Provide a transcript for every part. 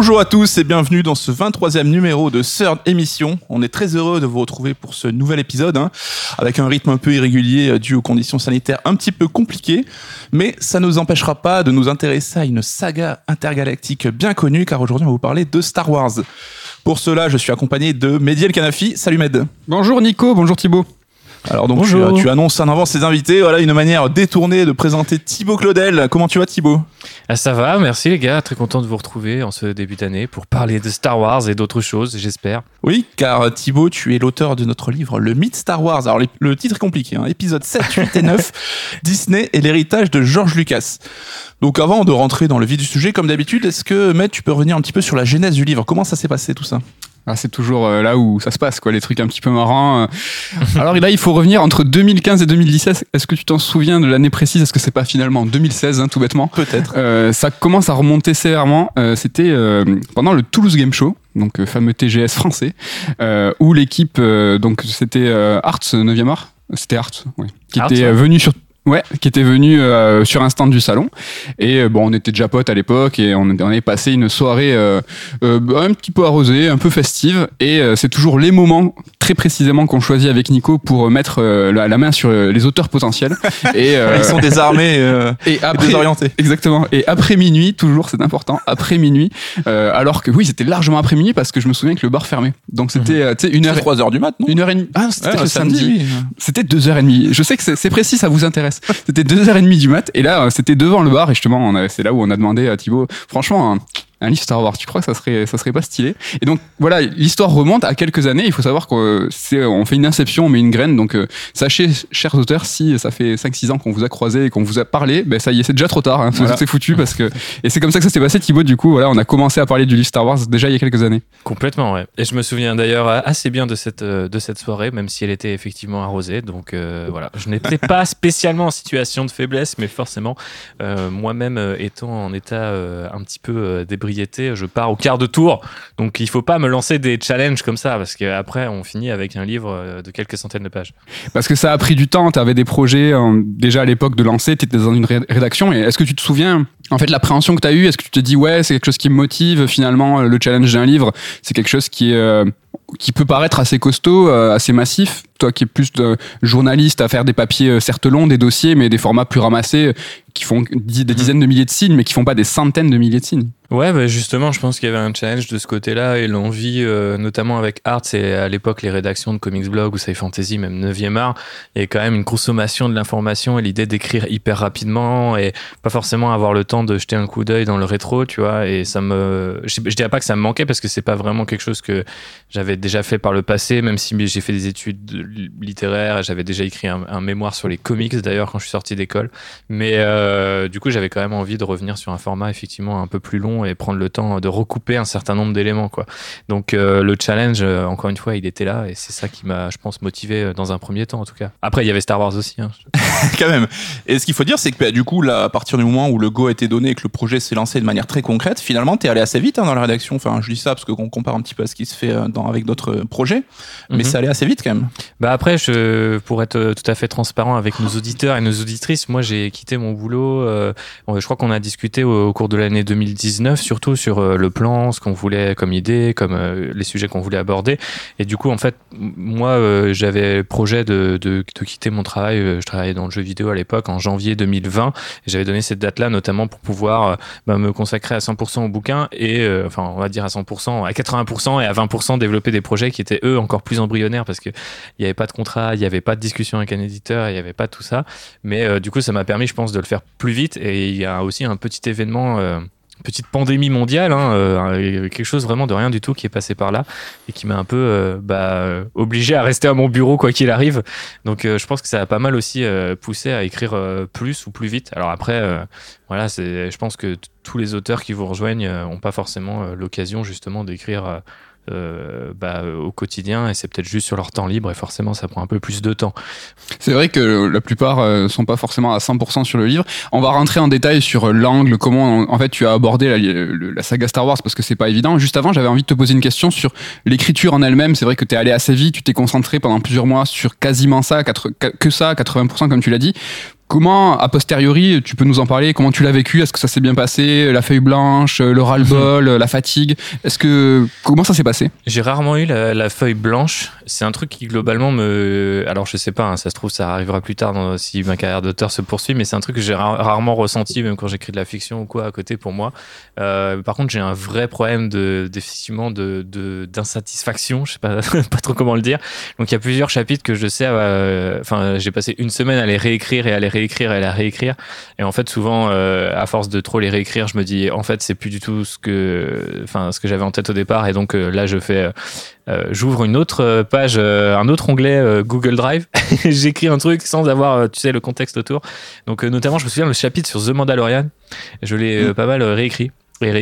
Bonjour à tous et bienvenue dans ce 23e numéro de Third Émission. On est très heureux de vous retrouver pour ce nouvel épisode, avec un rythme un peu irrégulier dû aux conditions sanitaires un petit peu compliquées. Mais ça ne nous empêchera pas de nous intéresser à une saga intergalactique bien connue, car aujourd'hui on va vous parler de Star Wars. Pour cela, je suis accompagné de Mehdi El Kanafi. Salut Med. Bonjour Nico, bonjour Thibaut. Alors donc tu annonces en avance tes invités, voilà une manière détournée de présenter Thibaut Claudel. Comment tu vas Thibaut ? Ça va, merci les gars, très content de vous retrouver en ce début d'année pour parler de Star Wars et d'autres choses, j'espère. Oui, car Thibaut, tu es l'auteur de notre livre Le mythe Star Wars. Alors le titre est compliqué, épisode 7, 8 et 9, Disney et l'héritage de George Lucas. Donc avant de rentrer dans le vif du sujet, comme d'habitude, est-ce que Matt, tu peux revenir un petit peu sur la genèse du livre ? Comment ça s'est passé tout ça ? C'est toujours là où ça se passe, quoi, les trucs un petit peu marrants. Alors là, il faut revenir entre 2015 et 2017. Est-ce que tu t'en souviens de l'année précise ? Est-ce que c'est pas finalement 2016, tout bêtement ? Peut-être. Ça commence à remonter sévèrement. C'était pendant le Toulouse Game Show, donc fameux TGS français, où l'équipe, donc c'était Arts, 9e art, c'était Arts, oui, qui était venu sur... Ouais, qui était venu sur un stand du salon. Et on était déjà potes à l'époque et on avait passé une soirée un petit peu arrosée, un peu festive. Et c'est toujours les moments très précisément qu'on choisit avec Nico pour mettre la main sur les auteurs potentiels. Et, ils sont désarmés et désorientés. Exactement. Et après minuit, toujours, c'est important, après minuit. Alors que oui, c'était largement après minuit parce que je me souviens que le bar fermait. Donc c'était 3h du mat, non ? 1h30. Ah, c'était le samedi. Oui. C'était 2h30. Je sais que c'est précis, ça vous intéresse. C'était 2h30 du mat et là c'était devant le bar et justement c'est là où on a demandé à Thibaut, franchement un livre Star Wars, tu crois que ça serait pas stylé ? Et donc voilà, l'histoire remonte à quelques années. Il faut savoir qu'on fait une inception, on met une graine. Donc sachez, chers auteurs, si ça fait 5-6 ans qu'on vous a croisé et qu'on vous a parlé, ça y est, c'est déjà trop tard. Voilà. C'est foutu parce que et c'est comme ça que ça s'est passé, Thibaut. Du coup, voilà, on a commencé à parler du livre Star Wars déjà il y a quelques années. Complètement, ouais. Et je me souviens d'ailleurs assez bien de cette soirée, même si elle était effectivement arrosée. Donc voilà, je n'étais pas spécialement en situation de faiblesse, mais forcément, moi-même étant en état un petit peu d'ébriété, je pars au quart de tour, donc il faut pas me lancer des challenges comme ça parce qu'après on finit avec un livre de quelques centaines de pages. Parce que ça a pris du temps, tu avais des projets déjà à l'époque de lancer, tu étais dans une rédaction, et est-ce que tu te souviens en fait l'appréhension que tu as eue ? Est-ce que tu te dis ouais, c'est quelque chose qui me motive finalement, le challenge d'un livre, c'est quelque chose qui peut paraître assez costaud, assez massif, toi qui es plus de journaliste à faire des papiers certes longs, des dossiers, mais des formats plus ramassés qui font des dizaines de milliers de signes, mais qui font pas des centaines de milliers de signes. Ouais, justement, je pense qu'il y avait un challenge de ce côté-là et l'envie, notamment avec Arts et à l'époque les rédactions de Comics Blog ou Sci Fantasy, même 9e art, il y a quand même une consommation de l'information et l'idée d'écrire hyper rapidement et pas forcément avoir le temps de jeter un coup d'œil dans le rétro, tu vois, et je dirais pas que ça me manquait parce que c'est pas vraiment quelque chose que j'avais déjà fait par le passé, même si j'ai fait des études littéraires et j'avais déjà écrit un mémoire sur les comics d'ailleurs quand je suis sorti d'école, mais du coup j'avais quand même envie de revenir sur un format effectivement un peu plus long et prendre le temps de recouper un certain nombre d'éléments, quoi. Donc le challenge, encore une fois, il était là et c'est ça qui m'a, je pense, motivé dans un premier temps en tout cas. Après il y avait Star Wars aussi. Quand même. Et ce qu'il faut dire, c'est que du coup là, à partir du moment où le go a été donné et que le projet s'est lancé de manière très concrète, finalement t'es allé assez vite dans la rédaction. Enfin, je dis ça parce qu'on compare un petit peu à ce qui se fait avec d'autres projets, mais c'est allé assez vite quand même. Après, pour être tout à fait transparent avec nos auditeurs et nos auditrices, moi j'ai quitté mon boulot. Je crois qu'on a discuté au cours de l'année 2019, surtout sur le plan, ce qu'on voulait comme idée, comme les sujets qu'on voulait aborder. Et du coup, en fait, moi, j'avais le projet de quitter mon travail. Je travaillais dans le jeu vidéo à l'époque, en janvier 2020. Et j'avais donné cette date-là, notamment pour pouvoir me consacrer à 100% au bouquin et, on va dire à 100%, à 80% et à 20% développer des projets qui étaient, eux, encore plus embryonnaires parce qu'il n'y avait pas de contrat, il n'y avait pas de discussion avec un éditeur, il n'y avait pas tout ça. Mais du coup, ça m'a permis, je pense, de le faire plus vite. Et il y a aussi un petit événement... petite pandémie mondiale, quelque chose vraiment de rien du tout qui est passé par là et qui m'a un peu obligé à rester à mon bureau quoi qu'il arrive. Donc je pense que ça a pas mal aussi poussé à écrire plus ou plus vite. Alors après, je pense que tous les auteurs qui vous rejoignent n'ont pas forcément l'occasion justement d'écrire au quotidien et c'est peut-être juste sur leur temps libre et forcément ça prend un peu plus de temps. C'est vrai que la plupart sont pas forcément à 100% sur le livre. On va rentrer en détail sur l'angle, comment en fait tu as abordé la saga Star Wars parce que c'est pas évident. Juste avant, j'avais envie de te poser une question sur l'écriture en elle-même. C'est vrai que t'es allé assez vite, tu t'es concentré pendant plusieurs mois sur quasiment ça, 80% comme tu l'as dit. Comment, a posteriori, tu peux nous en parler? Comment tu l'as vécu? Est-ce que ça s'est bien passé? La feuille blanche, le ras-le-bol, la fatigue? Comment ça s'est passé? J'ai rarement eu la feuille blanche. C'est un truc qui globalement alors je sais pas, hein, ça se trouve ça arrivera plus tard si ma carrière d'auteur se poursuit, mais c'est un truc que j'ai rarement ressenti, même quand j'écris de la fiction ou quoi à côté pour moi. Par contre, j'ai un vrai problème effectivement d'insatisfaction. Je sais pas, pas trop comment le dire. Donc il y a plusieurs chapitres que je sais. J'ai passé une semaine à les réécrire et à les réécrire et à les réécrire. Et en fait, souvent, à force de trop les réécrire, je me dis, en fait, c'est plus du tout ce que j'avais en tête au départ. Et donc là, j'ouvre une autre page, un autre onglet Google Drive. J'écris un truc sans avoir, le contexte autour. Donc notamment, je me souviens le chapitre sur The Mandalorian. Je l'ai pas mal réécrit.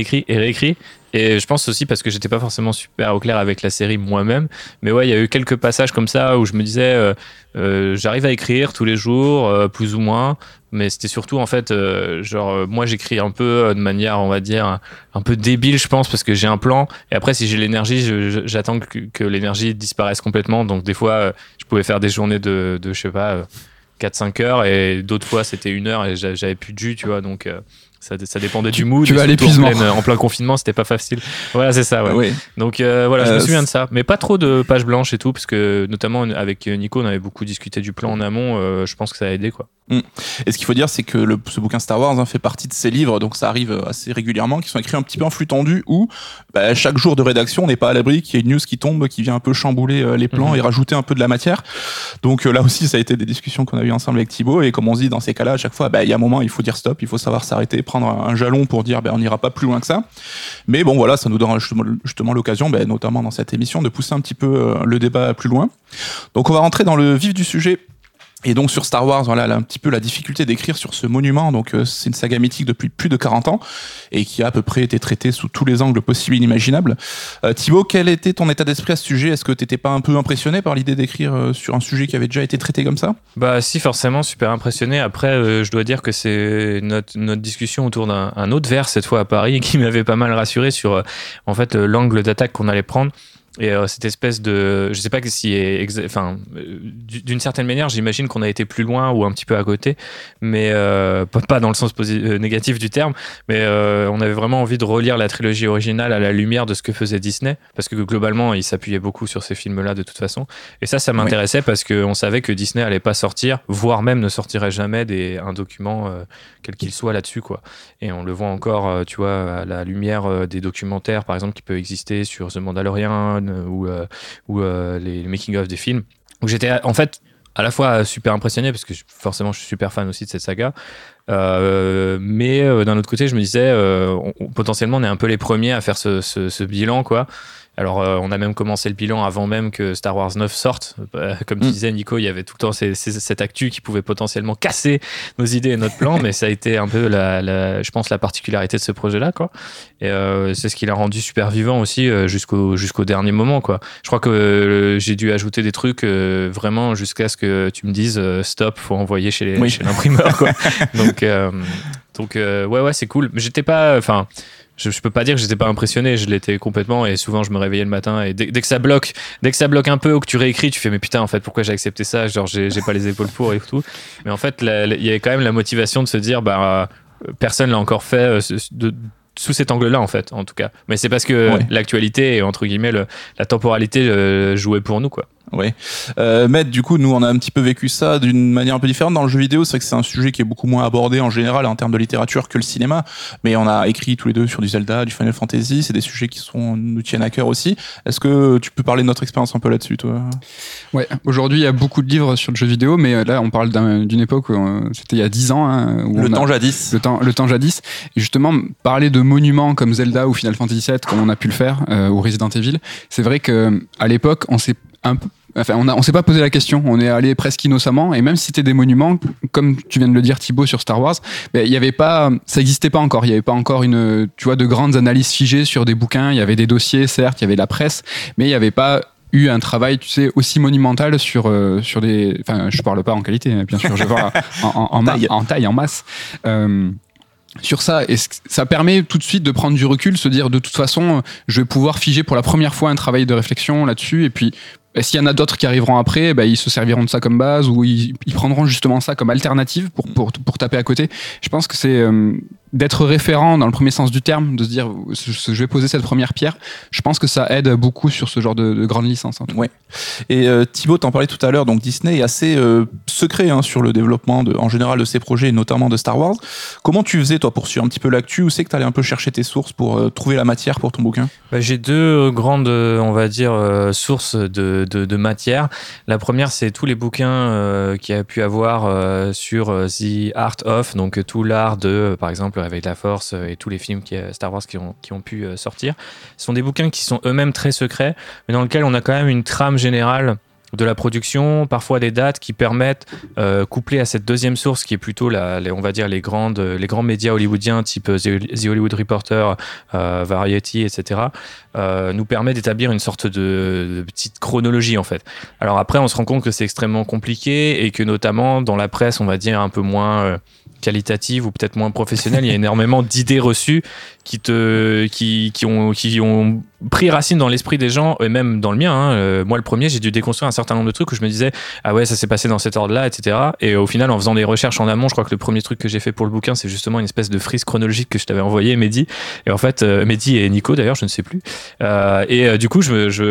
Et je pense aussi parce que j'étais pas forcément super au clair avec la série moi-même, mais ouais, il y a eu quelques passages comme ça où je me disais j'arrive à écrire tous les jours, plus ou moins, mais c'était surtout en fait moi j'écris un peu de manière, on va dire, un peu débile, je pense, parce que j'ai un plan et après si j'ai l'énergie, j'attends que l'énergie disparaisse complètement. Donc des fois je pouvais faire des journées de je sais pas 4-5 heures et d'autres fois c'était 1 heure et j'avais plus de jus, tu vois, donc ça dépendait du mood. Tu vas à l'épuisement. En plein confinement, c'était pas facile. Voilà, c'est ça. Ouais. Oui. Donc voilà, je me souviens de ça. Mais pas trop de pages blanches et tout, parce que notamment avec Nico, on avait beaucoup discuté du plan en amont. Je pense que ça a aidé, quoi. Et ce qu'il faut dire, c'est que ce bouquin Star Wars fait partie de ces livres, donc ça arrive assez régulièrement, qui sont écrits un petit peu en flux tendu, où chaque jour de rédaction, on n'est pas à l'abri qu'il y ait une news qui tombe, qui vient un peu chambouler les plans et rajouter un peu de la matière. Donc là aussi, ça a été des discussions qu'on a eues ensemble avec Thibaut, et comme on se dit dans ces cas-là, à chaque fois, il y a un moment, il faut dire stop, il faut savoir s'arrêter, prendre un jalon pour dire on n'ira pas plus loin que ça. Mais bon, voilà, ça nous donne justement l'occasion, notamment dans cette émission, de pousser un petit peu le débat plus loin. Donc on va rentrer dans le vif du sujet. Et donc sur Star Wars, voilà un petit peu la difficulté d'écrire sur ce monument. Donc c'est une saga mythique depuis plus de 40 ans et qui a à peu près été traitée sous tous les angles possibles et inimaginables. Thibaut, quel était ton état d'esprit à ce sujet? Est-ce que t'étais pas un peu impressionné par l'idée d'écrire sur un sujet qui avait déjà été traité comme ça? Bah si, forcément, super impressionné. Après, je dois dire que c'est notre discussion autour d'un autre verre cette fois à Paris qui m'avait pas mal rassuré sur en fait l'angle d'attaque qu'on allait prendre. Et cette espèce de, je sais pas si, d'une certaine manière, j'imagine qu'on a été plus loin ou un petit peu à côté, mais pas dans le sens négatif du terme, mais on avait vraiment envie de relire la trilogie originale à la lumière de ce que faisait Disney, parce que globalement, il s'appuyait beaucoup sur ces films-là de toute façon. Et ça m'intéressait parce qu'on savait que Disney allait pas sortir, voire même ne sortirait jamais un document quel qu'il soit là-dessus, quoi. Et on le voit encore, tu vois, à la lumière des documentaires, par exemple, qui peuvent exister sur The Mandalorian ou les making-of des films, où j'étais en fait à la fois super impressionné parce que forcément je suis super fan aussi de cette saga, mais d'un autre côté je me disais potentiellement on est un peu les premiers à faire ce bilan, quoi. Alors on a même commencé le bilan avant même que Star Wars 9 sorte. Comme tu disais Nico, il y avait tout le temps cette actu qui pouvait potentiellement casser nos idées et notre plan, mais ça a été un peu je pense la particularité de ce projet-là, quoi. Et c'est ce qui l'a rendu super vivant aussi jusqu'au dernier moment, quoi. Je crois que j'ai dû ajouter des trucs vraiment jusqu'à ce que tu me dises stop, faut envoyer chez l'imprimeur, quoi. Donc ouais, c'est cool. Mais j'étais pas, je peux pas dire que j'étais pas impressionné, je l'étais complètement, et souvent je me réveillais le matin et dès que ça bloque un peu ou que tu réécris, tu fais mais putain en fait pourquoi j'ai accepté ça, genre j'ai pas les épaules pour et tout. Mais en fait il y avait quand même la motivation de se dire personne l'a encore fait sous cet angle-là, en fait, en tout cas. Mais c'est parce que l'actualité et entre guillemets la temporalité jouait pour nous, quoi. Ouais. Matt, du coup, nous, on a un petit peu vécu ça d'une manière un peu différente dans le jeu vidéo. C'est vrai que c'est un sujet qui est beaucoup moins abordé en général en termes de littérature que le cinéma. Mais on a écrit tous les deux sur du Zelda, du Final Fantasy. C'est des sujets qui nous tiennent à cœur aussi. Est-ce que tu peux parler de notre expérience un peu là-dessus, toi? Ouais. Aujourd'hui, il y a beaucoup de livres sur le jeu vidéo, mais là, on parle d'une époque où c'était il y a 10 ans. Hein, où le temps jadis. Le temps jadis. Et justement, parler de monuments comme Zelda ou Final Fantasy VII, comme on a pu le faire, ou Resident Evil, c'est vrai que à l'époque, on s'est pas posé la question, on est allé presque innocemment, et même si c'était des monuments, comme tu viens de le dire Thibaut sur Star Wars, il y avait pas, ça existait pas encore, il y avait pas encore de grandes analyses figées sur des bouquins, il y avait des dossiers, certes, il y avait la presse, mais il y avait pas eu un travail, tu sais, aussi monumental sur des, je parle pas en qualité, bien sûr, je parle en taille, en masse. Sur ça, et ça permet tout de suite de prendre du recul, se dire de toute façon, je vais pouvoir figer pour la première fois un travail de réflexion là-dessus, et puis s'il y en a d'autres qui arriveront après, ils se serviront de ça comme base ou ils prendront justement ça comme alternative pour taper à côté. Je pense que c'est d'être référent dans le premier sens du terme, de se dire je vais poser cette première pierre. Je pense que ça aide beaucoup sur ce genre de grande licence. Ouais. Et Thibaut, t'en parlais tout à l'heure, donc Disney est assez secret sur le développement en général de ses projets, et notamment de Star Wars. Comment tu faisais toi pour suivre un petit peu l'actu, ou c'est que t'allais un peu chercher tes sources pour trouver la matière pour ton bouquin? J'ai deux grandes, on va dire, sources de matière. La première, c'est tous les bouquins qu'il y a pu avoir sur The Art of, donc tout l'art de, par exemple, Le Réveil de la Force et tous les films Star Wars qui ont pu sortir. Ce sont des bouquins qui sont eux-mêmes très secrets, mais dans lesquels on a quand même une trame générale de la production, parfois des dates qui permettent, couplées à cette deuxième source qui est plutôt on va dire les grands médias hollywoodiens type The Hollywood Reporter, Variety, etc., nous permet d'établir une sorte de petite chronologie en fait. Alors après, on se rend compte que c'est extrêmement compliqué et que notamment dans la presse, on va dire un peu moins qualitative ou peut-être moins professionnelle, il y a énormément d'idées reçues qui ont pris racine dans l'esprit des gens et même dans le mien. Moi, le premier, j'ai dû déconstruire un certain nombre de trucs où je me disais ah ouais, ça s'est passé dans cet ordre-là, etc. Et au final, en faisant des recherches en amont, je crois que le premier truc que j'ai fait pour le bouquin, c'est justement une espèce de frise chronologique que je t'avais envoyé, Mehdi. Et en fait, Mehdi et Nico d'ailleurs, je ne sais plus. Du coup,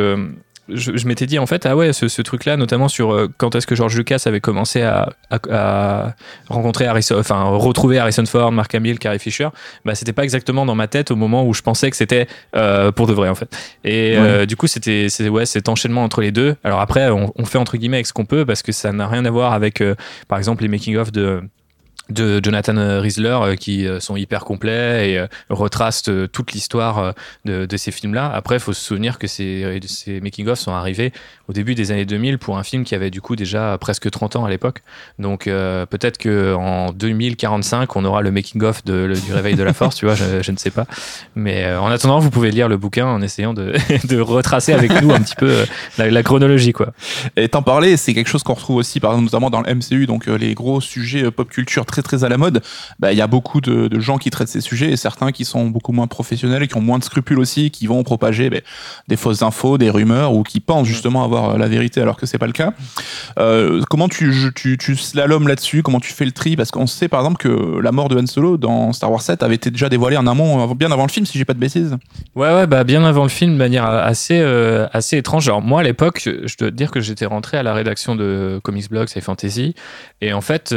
je m'étais dit en fait ah ouais, ce truc là notamment sur quand est-ce que George Lucas avait commencé à rencontrer retrouver Harrison Ford, Mark Hamill, Carrie Fisher, c'était pas exactement dans ma tête au moment où je pensais que c'était pour de vrai en fait. Et du coup c'était cet enchaînement entre les deux. Alors après on fait entre guillemets avec ce qu'on peut parce que ça n'a rien à voir avec par exemple les making of de Jonathan Riesler qui sont hyper complets et retracent toute l'histoire de ces films-là. Après, il faut se souvenir que ces making-of sont arrivés au début des années 2000 pour un film qui avait du coup déjà presque 30 ans à l'époque. Donc peut-être qu'en 2045, on aura le making-of du Réveil de la Force, tu vois, je ne sais pas. Mais en attendant, vous pouvez lire le bouquin en essayant de retracer avec nous un petit peu la chronologie, quoi. Et t'en parlais, c'est quelque chose qu'on retrouve aussi, par exemple, notamment dans le MCU, donc les gros sujets pop culture très à la mode. Il y a beaucoup de gens qui traitent ces sujets et certains qui sont beaucoup moins professionnels et qui ont moins de scrupules aussi, qui vont propager des fausses infos, des rumeurs ou qui pensent justement avoir la vérité alors que c'est pas le cas. Comment tu slalomes là-dessus? Comment tu fais le tri? Parce qu'on sait par exemple que la mort de Han Solo dans Star Wars 7 avait été déjà dévoilée en amont, bien avant le film, si j'ai pas de bêtises. Ouais, bien avant le film, de manière assez étrange. Alors moi à l'époque, je dois te dire que j'étais rentré à la rédaction de Comics Blog, c'est Fantasy, et en fait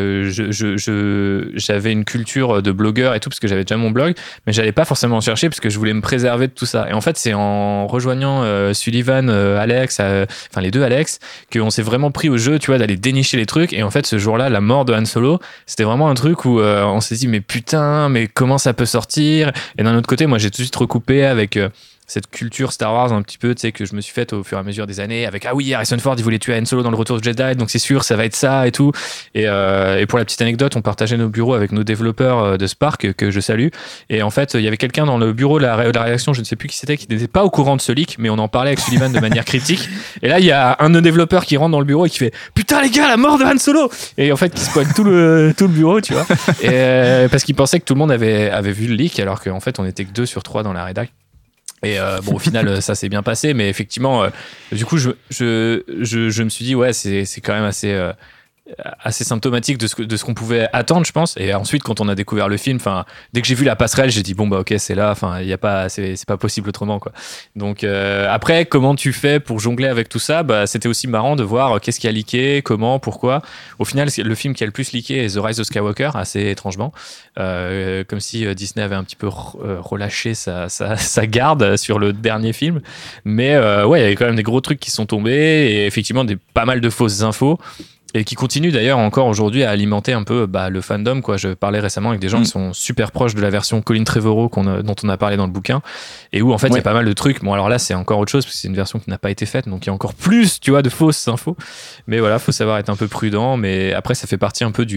j'avais une culture de blogueur et tout parce que j'avais déjà mon blog, mais j'allais pas forcément en chercher parce que je voulais me préserver de tout ça. Et en fait, c'est en rejoignant Sullivan, Alex, les deux Alex, qu'on s'est vraiment pris au jeu, tu vois, d'aller dénicher les trucs. Et en fait, ce jour-là, la mort de Han Solo, c'était vraiment un truc où on s'est dit mais putain, mais comment ça peut sortir? Et d'un autre côté, moi, j'ai tout de suite recoupé avec cette culture Star Wars un petit peu, tu sais, que je me suis faite au fur et à mesure des années avec ah oui, Harrison Ford il voulait tuer Han Solo dans le Retour de Jedi, donc c'est sûr ça va être ça et tout. Et pour la petite anecdote, on partageait nos bureaux avec nos développeurs de Spark que je salue, et en fait il y avait quelqu'un dans le bureau de la rédaction, je ne sais plus qui c'était, qui n'était pas au courant de ce leak, mais on en parlait avec Sullivan de manière critique. Et là il y a un de nos développeurs qui rentre dans le bureau et qui fait putain les gars, la mort de Han Solo, et en fait qui spoil tout le bureau, tu vois, et parce qu'il pensait que tout le monde avait vu le leak alors qu'en fait on était que 2 sur 3 dans la rédac. Et au final ça s'est bien passé, mais effectivement du coup je me suis dit ouais, c'est quand même assez symptomatique de ce qu'on pouvait attendre, je pense. Et ensuite quand on a découvert le film, dès que j'ai vu la passerelle, j'ai dit bon ok, c'est là, il y a pas, c'est pas possible autrement, quoi. Donc après, comment tu fais pour jongler avec tout ça? C'était aussi marrant de voir qu'est-ce qui a leaké, comment, pourquoi. Au final, le film qui a le plus leaké est The Rise of Skywalker, assez étrangement, comme si Disney avait un petit peu relâché sa garde sur le dernier film. Mais ouais, il y avait quand même des gros trucs qui sont tombés et effectivement pas mal de fausses infos. Et qui continue d'ailleurs encore aujourd'hui à alimenter un peu le fandom, quoi. Je parlais récemment avec des gens qui sont super proches de la version Colin Trevorrow dont on a parlé dans le bouquin, et où en fait il y a pas mal de trucs. Bon alors là c'est encore autre chose parce que c'est une version qui n'a pas été faite, donc il y a encore plus, tu vois, de fausses infos. Mais voilà, faut savoir être un peu prudent. Mais après ça fait partie un peu du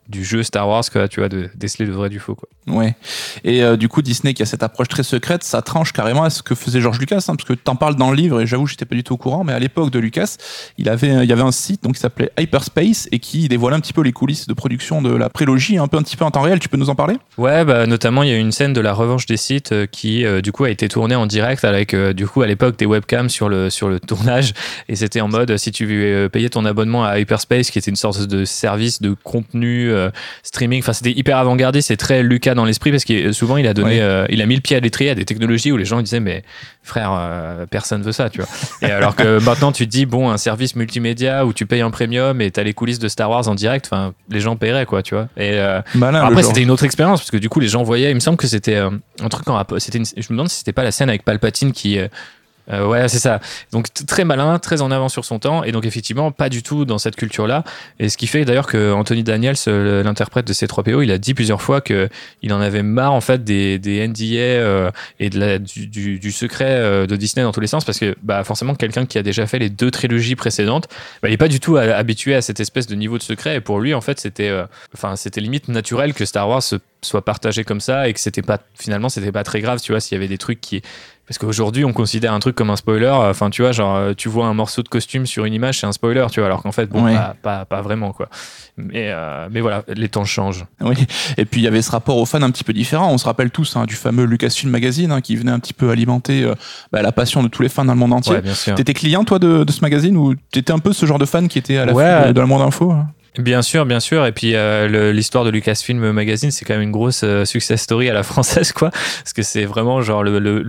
du jeu Star Wars, quoi, tu vois, de déceler le vrai du faux, quoi. Ouais. Et du coup, Disney qui a cette approche très secrète, ça tranche carrément à ce que faisait George Lucas, hein, parce que t'en parles dans le livre et j'avoue, j'étais pas du tout au courant, mais à l'époque de Lucas, il y avait un site donc qui s'appelait Hyperspace et qui dévoilait un petit peu les coulisses de production de la prélogie, un petit peu en temps réel. Tu peux nous en parler? Ouais, bah notamment il y a une scène de la Revanche des Sith qui du coup a été tournée en direct avec du coup à l'époque des webcams sur le tournage, et c'était en mode si tu payais ton abonnement à Hyperspace, qui était une sorte de service de contenu streaming, enfin c'était hyper avant-gardiste, c'est très Lucas dans l'esprit, parce que souvent il a donné il a mis le pied à l'étrier à des technologies où les gens disaient mais frère, personne veut ça, tu vois. Et alors que maintenant tu te dis bon, un service multimédia où tu payes un premium et t'as les coulisses de Star Wars en direct, enfin les gens paieraient, quoi, tu vois. Et après c'était une autre expérience, parce que du coup les gens voyaient, il me semble que c'était un truc je me demande si c'était pas la scène avec Palpatine qui ouais, c'est ça. Donc très malin, très en avant sur son temps, et donc effectivement pas du tout dans cette culture-là. Et ce qui fait d'ailleurs que Anthony Daniels, l'interprète de C3PO, il a dit plusieurs fois que il en avait marre en fait des NDA et du secret de Disney dans tous les sens, parce que bah forcément quelqu'un qui a déjà fait les 2 trilogies précédentes, bah, il est pas du tout habitué à cette espèce de niveau de secret. Et pour lui en fait c'était limite naturel que Star Wars soit partagé comme ça, et que c'était pas très grave, tu vois, s'il y avait des trucs qui... Parce qu'aujourd'hui, on considère un truc comme un spoiler. Enfin, tu vois, genre, tu vois un morceau de costume sur une image, c'est un spoiler, tu vois. Alors qu'en fait, bon, pas vraiment, quoi. Mais voilà, les temps changent. Oui. Et puis, il y avait ce rapport aux fans un petit peu différent. On se rappelle tous du fameux Lucasfilm Magazine, qui venait un petit peu alimenter la passion de tous les fans dans le monde entier. Ouais, bien sûr. T'étais client, toi, de ce magazine, ou t'étais un peu ce genre de fan qui était à la de la monde info, hein? Bien sûr. Et puis l'histoire de Lucasfilm Magazine, c'est quand même une grosse success story à la française, quoi. Parce que c'est vraiment genre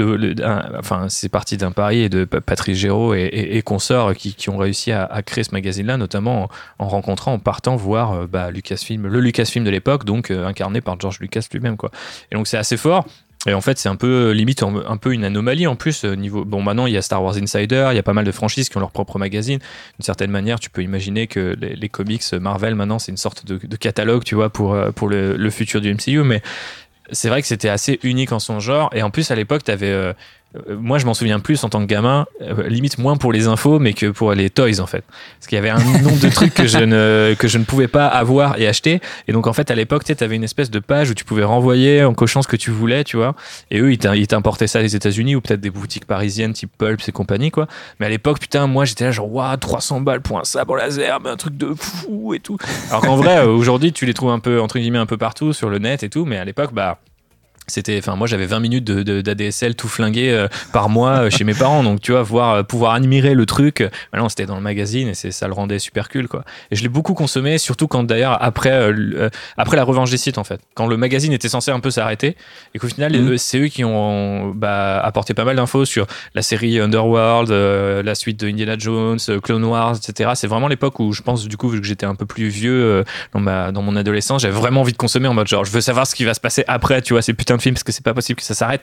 c'est parti d'un pari et de Patrice Géraud et consorts qui ont réussi à créer ce magazine-là, notamment en partant voir le Lucasfilm de l'époque, donc incarné par George Lucas lui-même, quoi. Et donc c'est assez fort. Et en fait, c'est un peu limite un peu une anomalie en plus niveau. Bon, maintenant il y a Star Wars Insider, il y a pas mal de franchises qui ont leur propre magazine. D'une certaine manière, tu peux imaginer que les comics Marvel maintenant c'est une sorte de catalogue, tu vois, pour le futur du MCU. Mais c'est vrai que c'était assez unique en son genre. Et en plus à l'époque, t'avais moi je m'en souviens plus en tant que gamin, limite moins pour les infos mais que pour les toys, en fait, parce qu'il y avait un nombre de trucs que je ne pouvais pas avoir et acheter. Et donc en fait à l'époque tu avais une espèce de page où tu pouvais renvoyer en cochant ce que tu voulais, tu vois, et eux ils t'importaient ça des États-Unis ou peut-être des boutiques parisiennes type Pulps et compagnie, quoi. Mais à l'époque putain, moi j'étais là genre waouh, 300 balles pour un sabre laser, mais un truc de fou et tout. Alors qu'en vrai aujourd'hui tu les trouves un peu entre guillemets un peu partout sur le net et tout, mais à l'époque moi j'avais 20 minutes d'ADSL tout flingué par mois chez mes parents, donc tu vois, pouvoir admirer le truc, maintenant c'était dans le magazine et ça le rendait super cool, quoi. Et je l'ai beaucoup consommé, surtout quand d'ailleurs après la Revanche des Sith, en fait, quand le magazine était censé un peu s'arrêter, et qu'au final c'est eux qui ont apporté pas mal d'infos sur la série Underworld, la suite de Indiana Jones, Clone Wars, etc. C'est vraiment l'époque où je pense, du coup, vu que j'étais un peu plus vieux dans mon adolescence, j'avais vraiment envie de consommer en mode genre je veux savoir ce qui va se passer après, tu vois, ces putains de film, parce que c'est pas possible que ça s'arrête.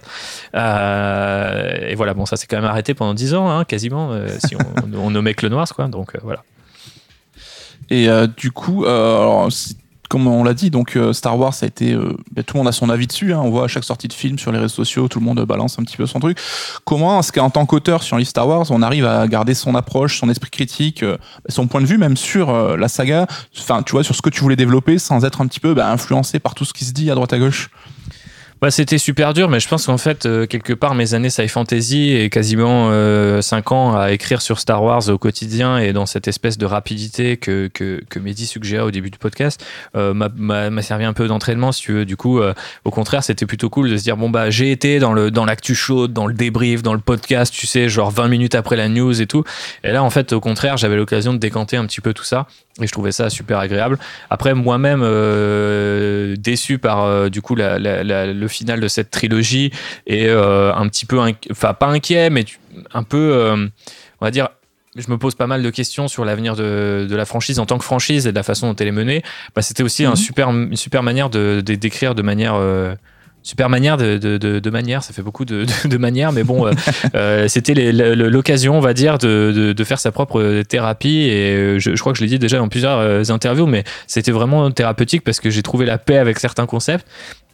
Et voilà, bon, ça s'est quand même arrêté pendant 10 ans, hein, quasiment, si on nommait Clone Wars, quoi. Donc voilà. Et du coup, alors, comme on l'a dit, donc Star Wars, ça a été, tout le monde a son avis dessus, hein. On voit à chaque sortie de film sur les réseaux sociaux, tout le monde balance un petit peu son truc. Comment est-ce qu'en tant qu'auteur sur les Star Wars, on arrive à garder son approche, son esprit critique, son point de vue même sur la saga, enfin tu vois, sur ce que tu voulais développer, sans être un petit peu influencé par tout ce qui se dit à droite à gauche? C'était super dur, mais je pense qu'en fait, quelque part, mes années sci fantasy et quasiment 5 ans à écrire sur Star Wars au quotidien et dans cette espèce de rapidité que Mehdi suggérait au début du podcast, m'a servi un peu d'entraînement, si tu veux. Du coup, au contraire, c'était plutôt cool de se dire, bon, j'ai été dans l'actu chaude, dans le débrief, dans le podcast, tu sais, genre 20 minutes après la news et tout. Et là, en fait, au contraire, j'avais l'occasion de décanter un petit peu tout ça. Et je trouvais ça super agréable. Après, moi-même, déçu par du coup le final de cette trilogie et un petit peu, pas inquiet, mais un peu, on va dire, je me pose pas mal de questions sur l'avenir de la franchise en tant que franchise et de la façon dont elle est menée. C'était aussi une super manière de décrire de manière... super manière de manière, ça fait beaucoup de manières, mais bon, c'était l'occasion, on va dire, de faire sa propre thérapie. Et je crois que je l'ai dit déjà dans plusieurs interviews, mais c'était vraiment thérapeutique parce que j'ai trouvé la paix avec certains concepts.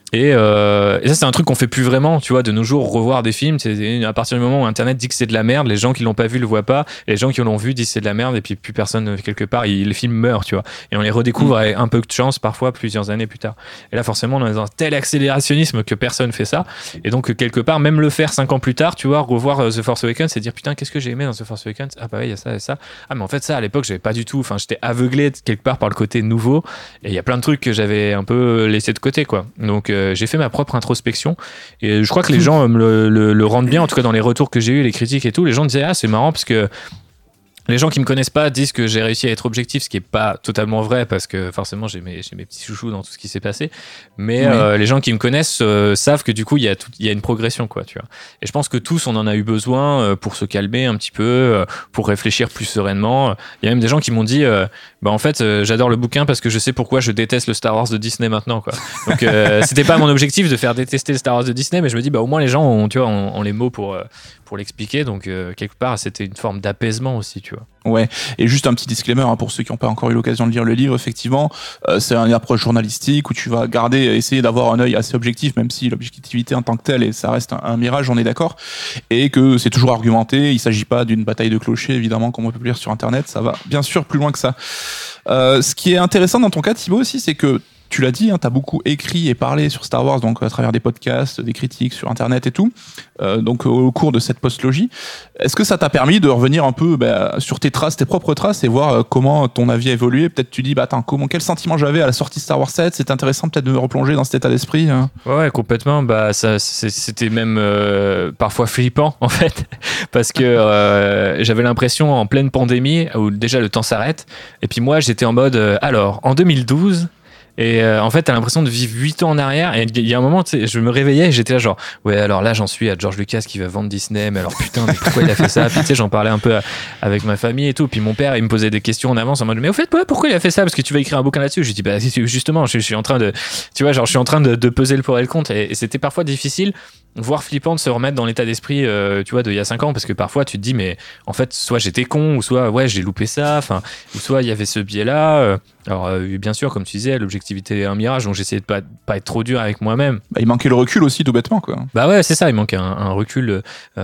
Et ça, c'est un truc qu'on fait plus vraiment, tu vois, de nos jours, revoir des films. C'est à partir du moment où Internet dit que c'est de la merde, les gens qui l'ont pas vu le voient pas, et les gens qui l'ont vu disent c'est de la merde, et puis plus personne quelque part, les films meurent, tu vois. Et on les redécouvre avec un peu de chance, parfois plusieurs années plus tard. Et là, forcément, on est dans un tel accélérationnisme que personne fait ça. Et donc, quelque part, même le faire 5 ans plus tard, tu vois, revoir The Force Awakens, c'est dire putain, qu'est-ce que j'ai aimé dans The Force Awakens? Ah bah ouais, il y a ça et ça. Ah, mais en fait, ça, à l'époque, j'avais pas du tout, enfin, j'étais aveuglé quelque part par le côté nouveau, et il y a plein de trucs que j'avais un peu laissé de côté, quoi. Donc, j'ai fait ma propre introspection, et je crois que les gens le rendent bien, en tout cas dans les retours que j'ai eu, les critiques et tout, les gens disaient ah c'est marrant parce que les gens qui me connaissent pas disent que j'ai réussi à être objectif, ce qui est pas totalement vrai parce que forcément j'ai mes petits chouchous dans tout ce qui s'est passé, mais les gens qui me connaissent savent que du coup il y a une progression, quoi, tu vois. Et je pense que tous on en a eu besoin pour se calmer un petit peu, pour réfléchir plus sereinement. Il y a même des gens qui m'ont dit bah en fait j'adore le bouquin parce que je sais pourquoi je déteste le Star Wars de Disney maintenant, quoi. Donc c'était pas mon objectif de faire détester le Star Wars de Disney, mais je me dis bah au moins les gens ont, tu vois, ont les mots pour l'expliquer, donc quelque part c'était une forme d'apaisement aussi, tu vois. Ouais, et juste un petit disclaimer pour ceux qui n'ont pas encore eu l'occasion de lire le livre, effectivement, c'est une approche journalistique où tu vas essayer d'avoir un œil assez objectif, même si l'objectivité en tant que telle, et ça reste un mirage, on est d'accord, et que c'est toujours argumenté, il s'agit pas d'une bataille de clochers, évidemment, comme on peut lire sur Internet, ça va bien sûr plus loin que ça. Ce qui est intéressant dans ton cas, Thibaut, aussi, c'est que tu l'as dit, hein, tu as beaucoup écrit et parlé sur Star Wars, donc à travers des podcasts, des critiques sur Internet et tout, donc au cours de cette postlogie. Est-ce que ça t'a permis de revenir un peu sur tes traces, tes propres traces, et voir comment ton avis a évolué? Peut-être tu dis, attends, quel sentiment j'avais à la sortie de Star Wars 7? C'est intéressant peut-être de me replonger dans cet état d'esprit. Ouais, complètement. C'était même parfois flippant, en fait, parce que j'avais l'impression, en pleine pandémie, où déjà le temps s'arrête, et puis moi j'étais en mode, alors, en 2012... Et en fait, t'as l'impression de vivre 8 ans en arrière. Et il y a un moment, tu sais, je me réveillais et j'étais là genre, ouais, alors là, j'en suis à George Lucas qui va vendre Disney. Mais alors putain, mais pourquoi il a fait ça? Puis tu sais, j'en parlais un peu avec ma famille et tout. Puis mon père, il me posait des questions en avance en mode, mais au fait, pourquoi il a fait ça? Parce que tu vas écrire un bouquin là-dessus. Je lui dis, bah justement, je suis en train de, tu vois, genre, je suis en train de peser le pour et le contre. Et c'était parfois difficile, voire flippant, de se remettre dans l'état d'esprit, tu vois, d'il y a 5 ans, parce que parfois tu te dis, mais en fait, soit j'étais con, ou soit ouais, j'ai loupé ça, enfin, ou soit il y avait ce biais-là. Alors bien sûr, comme tu disais, l'objectivité est un mirage, donc j'essayais de pas être trop dur avec moi-même. Il manquait le recul aussi, tout bêtement, quoi. Bah ouais, c'est ça, il manquait un recul.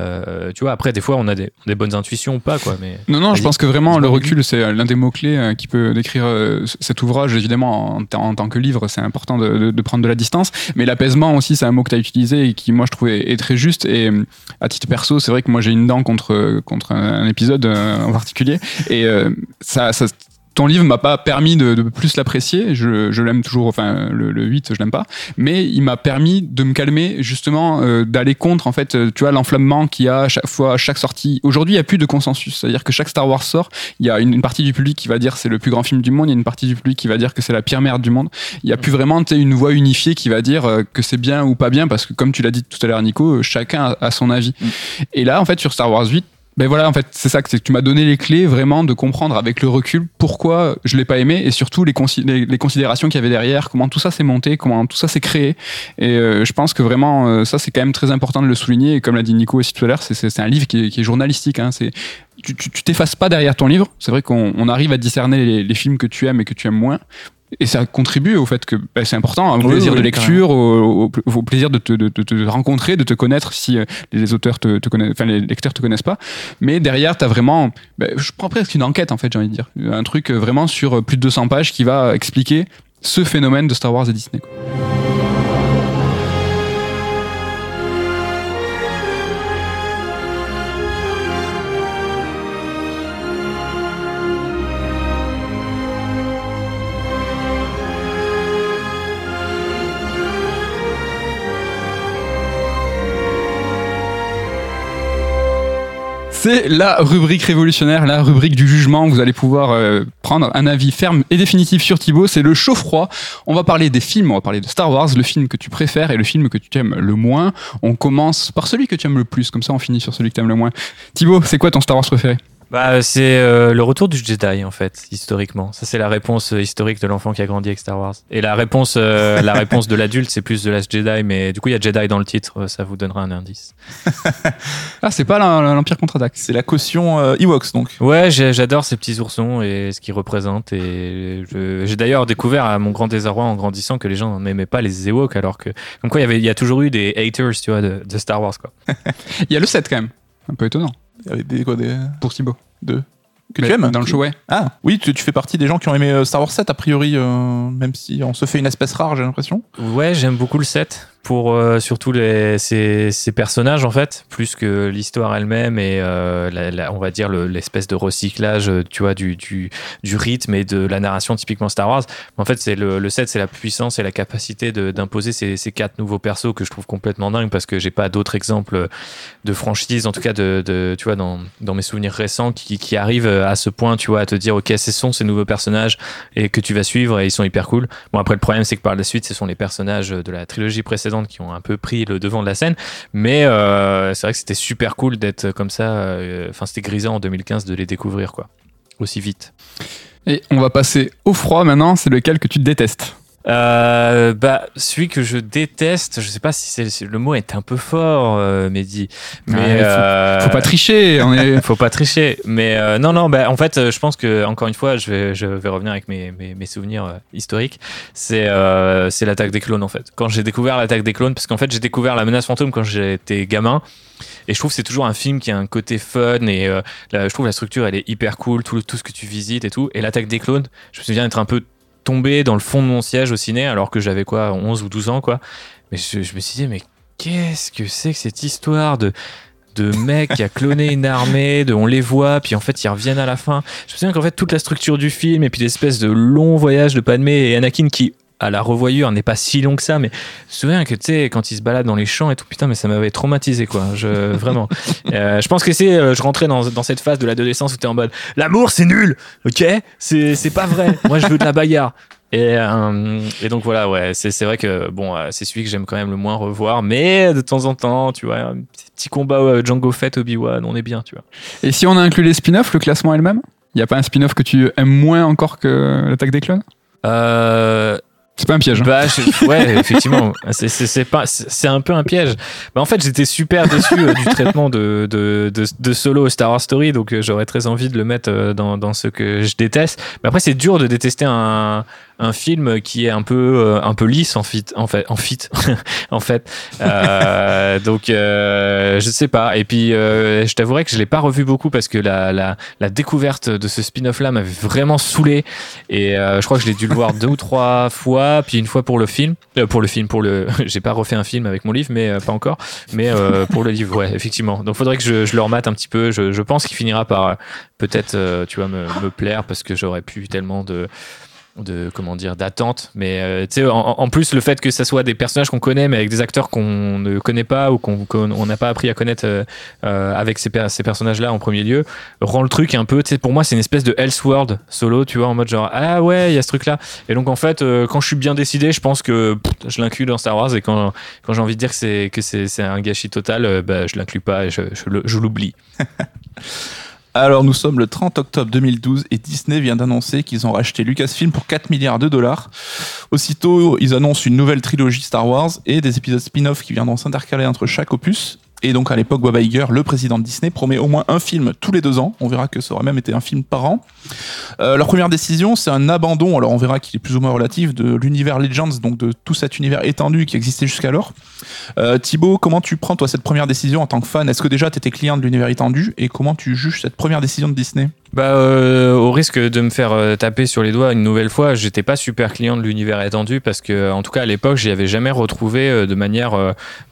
Tu vois, après des fois on a des bonnes intuitions ou pas, quoi. Mais non, je pense que vraiment le recul c'est l'un des mots clés qui peut décrire cet ouvrage. Évidemment, en tant que livre, c'est important de prendre de la distance, mais l'apaisement aussi, c'est un mot que tu as utilisé et qui moi je trouvais est très juste. Et à titre perso, c'est vrai que moi j'ai une dent contre un épisode en particulier, et ça ton livre m'a pas permis de plus l'apprécier. Je l'aime toujours, enfin le 8 je l'aime pas, mais il m'a permis de me calmer, justement, d'aller contre, en fait, tu vois, l'enflammement qu'il y a à chaque fois, à chaque sortie. Aujourd'hui il y a plus de consensus, c'est-à-dire que chaque Star Wars sort, il y a une partie du public qui va dire c'est le plus grand film du monde, il y a une partie du public qui va dire que c'est la pire merde du monde. Il y a plus vraiment une voix unifiée qui va dire que c'est bien ou pas bien, parce que comme tu l'as dit tout à l'heure, Nico, chacun a son avis. Et là en fait sur Star Wars 8, ben voilà, en fait, c'est ça, que tu m'as donné les clés vraiment de comprendre avec le recul pourquoi je l'ai pas aimé, et surtout les considérations qu'il y avait derrière, comment tout ça s'est monté, comment tout ça s'est créé. Et je pense que vraiment, ça c'est quand même très important de le souligner. Et comme l'a dit Nico aussi tout à l'heure, c'est un livre qui est journalistique, hein. Tu t'effaces pas derrière ton livre. C'est vrai qu'on arrive à discerner les films que tu aimes et que tu aimes moins. Et ça contribue au fait que c'est important, au plaisir de lecture, au plaisir de te rencontrer, de te connaître si les auteurs te connaissent, enfin les lecteurs te connaissent pas. Mais derrière, t'as vraiment, je prends presque une enquête, en fait, j'ai envie de dire, un truc vraiment sur plus de 200 pages qui va expliquer ce phénomène de Star Wars et Disney, quoi. C'est la rubrique révolutionnaire, la rubrique du jugement. Vous allez pouvoir prendre un avis ferme et définitif sur Thibaut. C'est le chaud-froid. On va parler des films, on va parler de Star Wars, le film que tu préfères et le film que tu aimes le moins. On commence par celui que tu aimes le plus, comme ça on finit sur celui que tu aimes le moins. Thibaut, c'est quoi ton Star Wars préféré ? Bah, c'est le retour du Jedi en fait, historiquement. Ça c'est la réponse historique de l'enfant qui a grandi avec Star Wars. Et la réponse de l'adulte, c'est plus The Last Jedi, mais du coup il y a Jedi dans le titre, ça vous donnera un indice. Ah, c'est pas l'Empire contre-attaque. C'est la caution Ewoks, donc. Ouais, j'adore ces petits oursons et ce qu'ils représentent. Et j'ai d'ailleurs découvert à mon grand désarroi en grandissant que les gens n'aimaient pas les Ewoks, alors que comme quoi il y a toujours eu des haters, tu vois, de Star Wars quoi. Il y a le 7 quand même. Un peu étonnant. Avec des Pour Thibaut. que Mais tu aimes dans le show, ouais. Ah, oui, tu fais partie des gens qui ont aimé Star Wars 7, a priori, même si on se fait une espèce rare, j'ai l'impression. Ouais, j'aime beaucoup le set pour surtout ces personnages en fait, plus que l'histoire elle-même et on va dire l'espèce de recyclage, tu vois, du rythme et de la narration typiquement Star Wars. En fait, c'est le set, c'est la puissance et la capacité d'imposer ces 4 nouveaux persos que je trouve complètement dingue parce que j'ai pas d'autres exemples de franchises, en tout cas tu vois, dans mes souvenirs récents qui arrivent à ce point, tu vois, à te dire ok, ce sont ces nouveaux personnages et que tu vas suivre et ils sont hyper cool. Bon, après le problème c'est que par la suite ce sont les personnages de la trilogie précédente qui ont un peu pris le devant de la scène, mais c'est vrai que c'était super cool d'être comme ça, enfin c'était grisant en 2015 de les découvrir quoi, aussi vite. Et on va passer au froid maintenant, c'est lequel que tu détestes? Celui que je déteste, je sais pas si le mot est un peu fort, Mehdi, mais faut pas tricher, faut pas tricher, mais non, en fait, je pense que encore une fois, je vais revenir avec mes souvenirs historiques. C'est l'attaque des clones en fait. Quand j'ai découvert l'attaque des clones, parce qu'en fait, j'ai découvert la menace fantôme quand j'étais gamin. Et je trouve que c'est toujours un film qui a un côté fun et je trouve la structure elle est hyper cool, tout ce que tu visites et tout. Et l'attaque des clones, je me souviens d'être un peu tombé dans le fond de mon siège au ciné alors que j'avais 11 ou 12 ans quoi. Mais je me suis dit mais qu'est-ce que c'est que cette histoire de mec qui a cloné une armée, on les voit, puis en fait ils reviennent à la fin. Je me souviens qu'en fait toute la structure du film et puis l'espèce de long voyage de Padmé et Anakin qui à la revoyure n'est pas si long que ça, mais je me souviens que tu sais quand ils se baladent dans les champs et tout, putain mais ça m'avait traumatisé quoi, vraiment. Je pense que je rentrais dans cette phase de l'adolescence où t'es en mode l'amour c'est nul, ok, c'est pas vrai, moi je veux de la bagarre. Et donc voilà, ouais, c'est vrai que bon, c'est celui que j'aime quand même le moins revoir, mais de temps en temps, tu vois, un petit combat Jango Fett, Obi-Wan, on est bien, tu vois. Et si on a inclus les spin-offs, le classement est le même? Il y a pas un spin-off que tu aimes moins encore que l'attaque des clones? C'est pas un piège. Hein. Ouais, effectivement, c'est un peu un piège. En fait, j'étais super déçu du traitement de Solo Star Wars Story, donc j'aurais très envie de le mettre dans ce que je déteste. Mais après, c'est dur de détester un film qui est un peu lisse en fait. Donc je sais pas. Et puis je t'avouerai que je l'ai pas revu beaucoup parce que la découverte de ce spin-off là m'avait vraiment saoulé et je crois que je l'ai dû le voir 2 ou 3 fois, puis une fois pour le film, j'ai pas refait un film avec mon livre, mais pas encore, mais pour le livre, ouais, effectivement. Donc faudrait que je le remate un petit peu. Je pense qu'il finira par peut-être tu vois me plaire parce que j'aurais pu tellement d'attente, mais tu sais en plus le fait que ça soit des personnages qu'on connaît mais avec des acteurs qu'on ne connaît pas ou qu'on n'a pas appris à connaître avec ces personnages là en premier lieu rend le truc un peu, tu sais, pour moi c'est une espèce de Elseworld Solo, tu vois, en mode genre ah ouais il y a ce truc là, et donc en fait quand je suis bien décidé je pense que je l'inclus dans Star Wars, et quand j'ai envie de dire que c'est un gâchis total, je l'inclus pas et je l'oublie. Alors, nous sommes le 30 octobre 2012 et Disney vient d'annoncer qu'ils ont racheté Lucasfilm pour 4 milliards de dollars. Aussitôt, ils annoncent une nouvelle trilogie Star Wars et des épisodes spin-off qui viendront s'intercaler entre chaque opus. Et donc, à l'époque, Bob Iger, le président de Disney, promet au moins un film tous les 2 ans. On verra que ça aurait même été un film par an. Leur première décision, c'est un abandon, alors on verra qu'il est plus ou moins relatif, de l'univers Legends, donc de tout cet univers étendu qui existait jusqu'alors. Thibaut, comment tu prends, toi, cette première décision en tant que fan? Est-ce que déjà tu étais client de l'univers étendu, et comment tu juges cette première décision de Disney? Au risque de me faire taper sur les doigts une nouvelle fois, j'étais pas super client de l'univers étendu parce que, en tout cas à l'époque, j'y avais jamais retrouvé de manière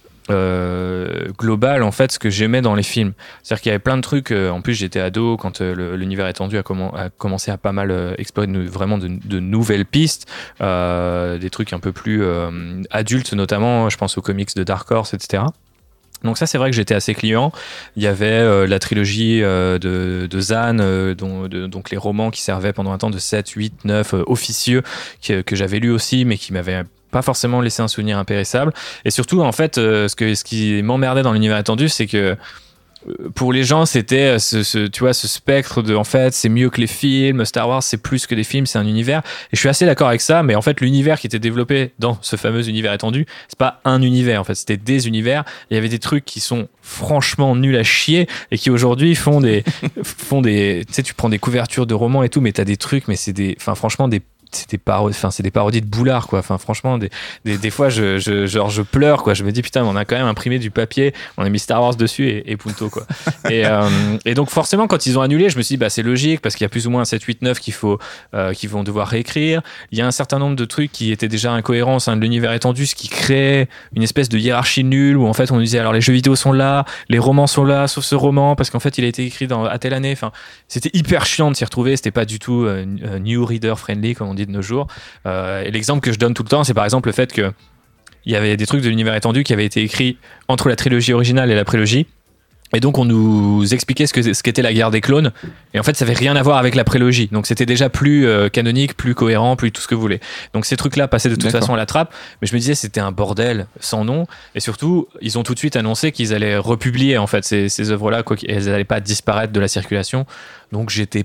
global en fait ce que j'aimais dans les films. C'est-à-dire qu'il y avait plein de trucs, en plus j'étais ado quand l'univers étendu a commencé à pas mal explorer vraiment de nouvelles pistes, des trucs un peu plus adultes, notamment je pense aux comics de Dark Horse, etc. Donc ça c'est vrai que j'étais assez client. Il y avait la trilogie de Zahn, donc les romans qui servaient pendant un temps de 7, 8, 9 officieux que j'avais lu aussi, mais qui m'avaient pas forcément laissé un souvenir impérissable. Et surtout en fait ce qui m'emmerdait dans l'univers étendu, c'est que pour les gens, c'était tu vois, ce spectre de, en fait, c'est mieux que les films, Star Wars, c'est plus que des films, c'est un univers. Et je suis assez d'accord avec ça, mais en fait, l'univers qui était développé dans ce fameux univers étendu, c'est pas un univers, en fait, c'était des univers. Il y avait des trucs qui sont franchement nuls à chier et qui aujourd'hui font des, tu sais, tu prends des couvertures de romans et tout, mais t'as des trucs, mais franchement, c'est des parodies de boulards, quoi. Enfin, franchement, des fois, je pleure, quoi. Je me dis, putain, on a quand même imprimé du papier, on a mis Star Wars dessus et punto, quoi. Et donc, forcément, quand ils ont annulé, je me suis dit, bah, c'est logique parce qu'il y a plus ou moins 7, 8, 9 qu'ils vont devoir réécrire. Il y a un certain nombre de trucs qui étaient déjà incohérents au sein de l'univers étendu, ce qui crée une espèce de hiérarchie nulle où, en fait, on nous disait, alors, les jeux vidéo sont là, les romans sont là, sauf ce roman parce qu'en fait, il a été écrit à telle année. Enfin, c'était hyper chiant de s'y retrouver. C'était pas du tout new reader friendly, comme on dit de nos jours. Et l'exemple que je donne tout le temps, c'est par exemple le fait que il y avait des trucs de l'univers étendu qui avaient été écrits entre la trilogie originale et la prélogie. Et donc on nous expliquait ce qu'était la guerre des clones. Et en fait, ça avait rien à voir avec la prélogie. Donc c'était déjà plus canonique, plus cohérent, plus tout ce que vous voulez. Donc ces trucs-là passaient de toute façon à la trappe. Mais je me disais, c'était un bordel sans nom. Et surtout, ils ont tout de suite annoncé qu'ils allaient republier en fait ces œuvres-là, quoi, elles n'allaient pas disparaître de la circulation. Donc j'étais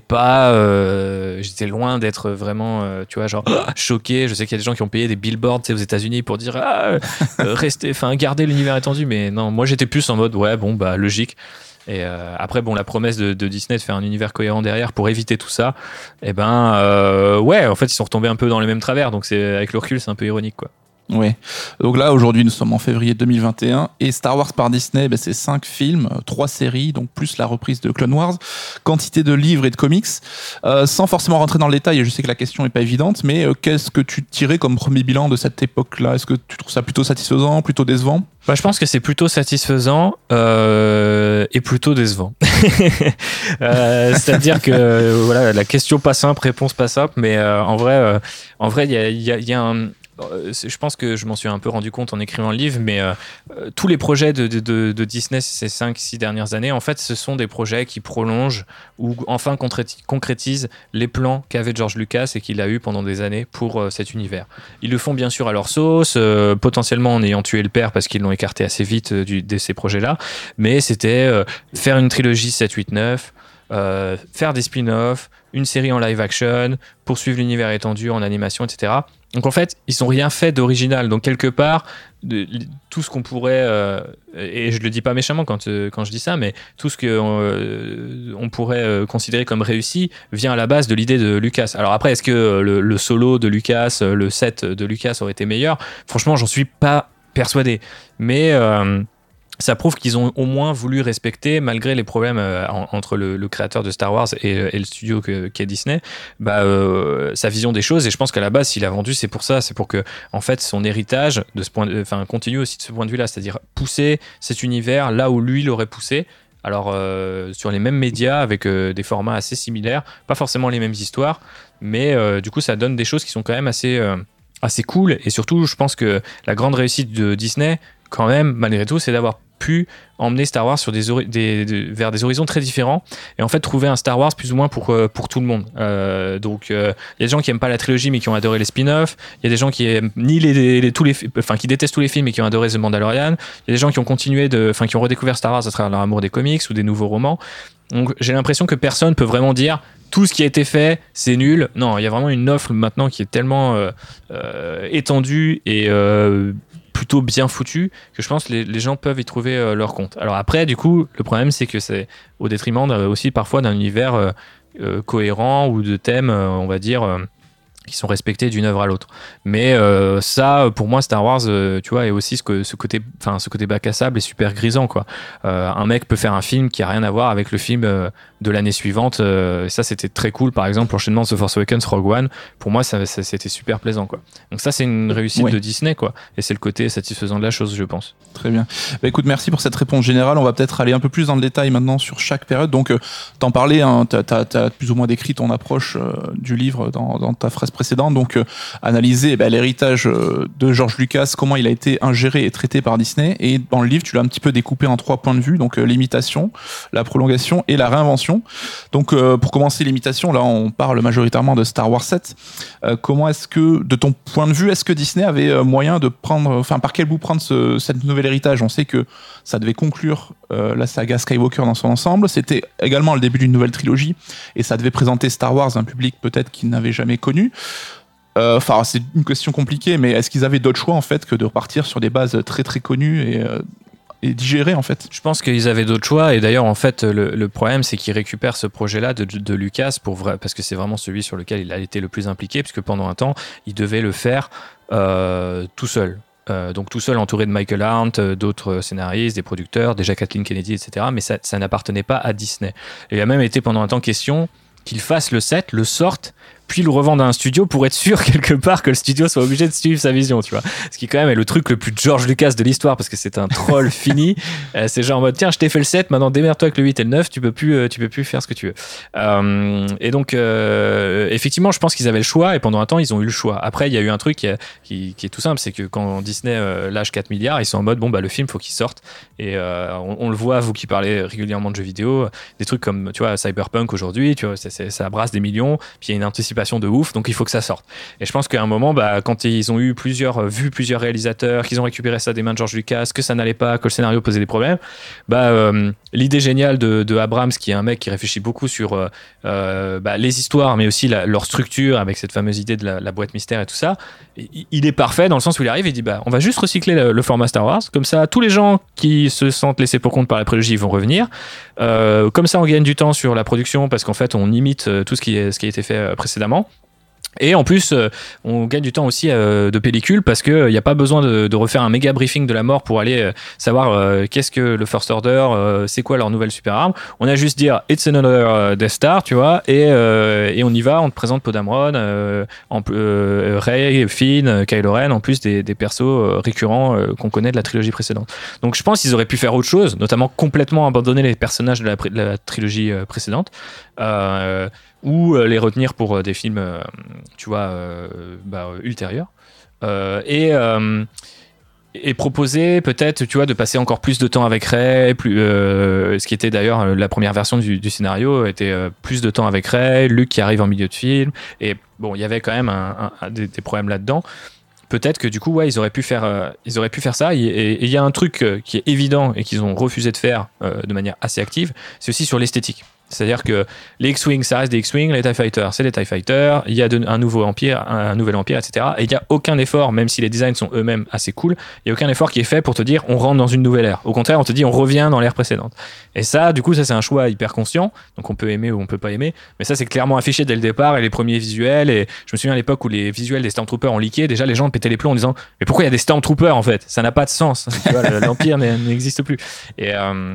loin d'être vraiment, tu vois, genre choqué. Je sais qu'il y a des gens qui ont payé des billboards, tu sais, aux États-Unis pour dire gardez l'univers étendu. Mais non, moi j'étais plus en mode ouais, bon bah logique. Et après, bon, la promesse de Disney de faire un univers cohérent derrière pour éviter tout ça, ouais, en fait, ils sont retombés un peu dans les mêmes travers. Donc avec le recul, c'est un peu ironique, quoi. Ouais. Donc là, aujourd'hui, nous sommes en février 2021 et Star Wars par Disney, c'est 5 films, 3 séries, donc plus la reprise de Clone Wars, quantité de livres et de comics. Sans forcément rentrer dans le détail, et je sais que la question n'est pas évidente, mais qu'est-ce que tu tirais comme premier bilan de cette époque-là ? Est-ce que tu trouves ça plutôt satisfaisant, plutôt décevant ? Bah, je pense que c'est plutôt satisfaisant et plutôt décevant. C'est-à-dire que voilà, la question pas simple, réponse pas simple, mais en vrai, il y a un... Je pense que je m'en suis un peu rendu compte en écrivant le livre, mais tous les projets de Disney ces 5-6 dernières années, en fait, ce sont des projets qui prolongent ou enfin concrétisent les plans qu'avait George Lucas et qu'il a eu pendant des années pour cet univers. Ils le font bien sûr à leur sauce, potentiellement en ayant tué le père parce qu'ils l'ont écarté assez vite de ces projets-là, mais c'était faire une trilogie 7, 8, 9, faire des spin-offs, une série en live action, poursuivre l'univers étendu en animation, etc. Donc en fait, ils n'ont rien fait d'original. Donc quelque part, tout ce qu'on pourrait, et je le dis pas méchamment quand je dis ça, mais tout ce qu'on pourrait considérer comme réussi vient à la base de l'idée de Lucas. Alors après, est-ce que le solo de Lucas, le set de Lucas aurait été meilleur ? Franchement, j'en suis pas persuadé. Mais ça prouve qu'ils ont au moins voulu respecter, malgré les problèmes entre le créateur de Star Wars et le studio qu'est Disney, sa vision des choses. Et je pense qu'à la base, s'il a vendu, c'est pour ça. C'est pour que, en fait, son héritage continue aussi de ce point de vue-là. C'est-à-dire pousser cet univers là où lui l'aurait poussé. Alors, sur les mêmes médias, avec des formats assez similaires, pas forcément les mêmes histoires, mais du coup, ça donne des choses qui sont quand même assez cool. Et surtout, je pense que la grande réussite de Disney, quand même, malgré tout, c'est d'avoir pu emmener Star Wars sur vers des horizons très différents et en fait trouver un Star Wars plus ou moins pour tout le monde. Donc il y a des gens qui aiment pas la trilogie mais qui ont adoré les spin-offs. Il y a des gens qui aiment qui détestent tous les films et qui ont adoré The Mandalorian. Il y a des gens qui ont qui ont redécouvert Star Wars à travers leur amour des comics ou des nouveaux romans. Donc j'ai l'impression que personne peut vraiment dire tout ce qui a été fait, c'est nul. Non, il y a vraiment une offre maintenant qui est tellement étendue et plutôt bien foutu que je pense que les gens peuvent y trouver leur compte. Alors après, du coup, le problème, c'est que c'est au détriment aussi parfois d'un univers cohérent ou de thèmes, on va dire, qui sont respectés d'une œuvre à l'autre. Mais ça, pour moi, Star Wars, tu vois, est aussi ce côté bac à sable est super grisant, quoi. Un mec peut faire un film qui a rien à voir avec le film de l'année suivante. Ça, c'était très cool. Par exemple, l'enchaînement de The Force Awakens, Rogue One, pour moi, ça c'était super plaisant, quoi. Donc ça, c'est une réussite de Disney, quoi. Et c'est le côté satisfaisant de la chose, je pense. Très bien. Écoute, merci pour cette réponse générale. On va peut-être aller un peu plus dans le détail maintenant sur chaque période. Donc, t'en parlais, hein, t'as plus ou moins décrit ton approche du livre dans ta phrase précédentes, donc analyser l'héritage de George Lucas, comment il a été ingéré et traité par Disney. Et dans le livre, tu l'as un petit peu découpé en 3 points de vue, donc l'imitation, la prolongation et la réinvention. Donc pour commencer l'imitation, là on parle majoritairement de Star Wars 7. Comment est-ce que, de ton point de vue, est-ce que Disney avait moyen de prendre, enfin par quel bout prendre cette nouvel héritage? On sait que ça devait conclure la saga Skywalker dans son ensemble. C'était également le début d'une nouvelle trilogie et ça devait présenter Star Wars à un public peut-être qu'il n'avait jamais connu. Enfin, c'est une question compliquée, mais est-ce qu'ils avaient d'autres choix en fait que de repartir sur des bases très très connues et digérées en fait? Je pense qu'ils avaient d'autres choix, et d'ailleurs en fait le problème c'est qu'ils récupèrent ce projet-là de Lucas parce que c'est vraiment celui sur lequel il a été le plus impliqué, puisque pendant un temps il devait le faire tout seul. Donc tout seul, entouré de Michael Arndt, d'autres scénaristes, des producteurs, déjà Kathleen Kennedy, etc. Mais ça n'appartenait pas à Disney. Et il a même été pendant un temps question qu'il fasse le set, le sorte, puis le revendre à un studio pour être sûr quelque part que le studio soit obligé de suivre sa vision, tu vois. Ce qui quand même est le truc le plus George Lucas de l'histoire, parce que c'est un troll fini. C'est genre en mode, tiens, je t'ai fait le 7, maintenant démerde-toi avec le 8 et le 9, tu peux plus faire ce que tu veux. Et donc effectivement, je pense qu'ils avaient le choix, et pendant un temps ils ont eu le choix. Après il y a eu un truc qui est tout simple, c'est que quand Disney lâche 4 milliards, ils sont en mode, bon bah le film faut qu'il sorte, et on le voit, vous qui parlez régulièrement de jeux vidéo, des trucs comme, tu vois, Cyberpunk aujourd'hui, tu vois, ça brasse des millions, puis il y a une anticipation de ouf, donc il faut que ça sorte. Et je pense qu'à un moment, quand ils ont eu plusieurs réalisateurs, qu'ils ont récupéré ça des mains de George Lucas, que ça n'allait pas, que le scénario posait des problèmes, l'idée géniale de Abrams, qui est un mec qui réfléchit beaucoup sur les histoires, mais aussi leur structure, avec cette fameuse idée de la boîte mystère et tout ça, il est parfait dans le sens où il arrive et dit on va juste recycler le format Star Wars, comme ça tous les gens qui se sentent laissés pour compte par la prélogie vont revenir, comme ça on gagne du temps sur la production, parce qu'en fait on imite tout ce qui a été fait précédemment. Et en plus, on gagne du temps aussi de pellicule, parce qu'il n'y a pas besoin de refaire un méga briefing de la mort pour aller savoir qu'est-ce que le First Order, c'est quoi leur nouvelle super arme. On a juste dire it's another Death Star, tu vois, et on y va, on te présente Poe Dameron, Rey, Finn, Kylo Ren, en plus des persos récurrents qu'on connaît de la trilogie précédente. Donc je pense qu'ils auraient pu faire autre chose, notamment complètement abandonner les personnages de la trilogie précédente. Ou les retenir pour des films, tu vois, ultérieurs. Et proposer peut-être, tu vois, de passer encore plus de temps avec Rey, ce qui était d'ailleurs la première version du scénario, était plus de temps avec Rey, Luke qui arrive en milieu de film, et bon, il y avait quand même des problèmes là-dedans. Peut-être que du coup, ils auraient pu faire ça. Et il y a un truc qui est évident et qu'ils ont refusé de faire de manière assez active, c'est aussi sur l'esthétique. C'est-à-dire que les X-Wing, ça reste des X-Wing, les TIE Fighters, c'est des TIE Fighters, il y a un nouvel empire, etc. Et il n'y a aucun effort, même si les designs sont eux-mêmes assez cool, il n'y a aucun effort qui est fait pour te dire on rentre dans une nouvelle ère. Au contraire, on te dit on revient dans l'ère précédente. Et ça, du coup, ça c'est un choix hyper conscient, donc on peut aimer ou on peut pas aimer, mais ça c'est clairement affiché dès le départ, et les premiers visuels, et je me souviens à l'époque où les visuels des Stormtroopers ont leaké, déjà les gens pétaient les plombs en disant mais pourquoi il y a des Stormtroopers en fait? Ça n'a pas de sens. Tu vois, l'empire n'existe plus. Et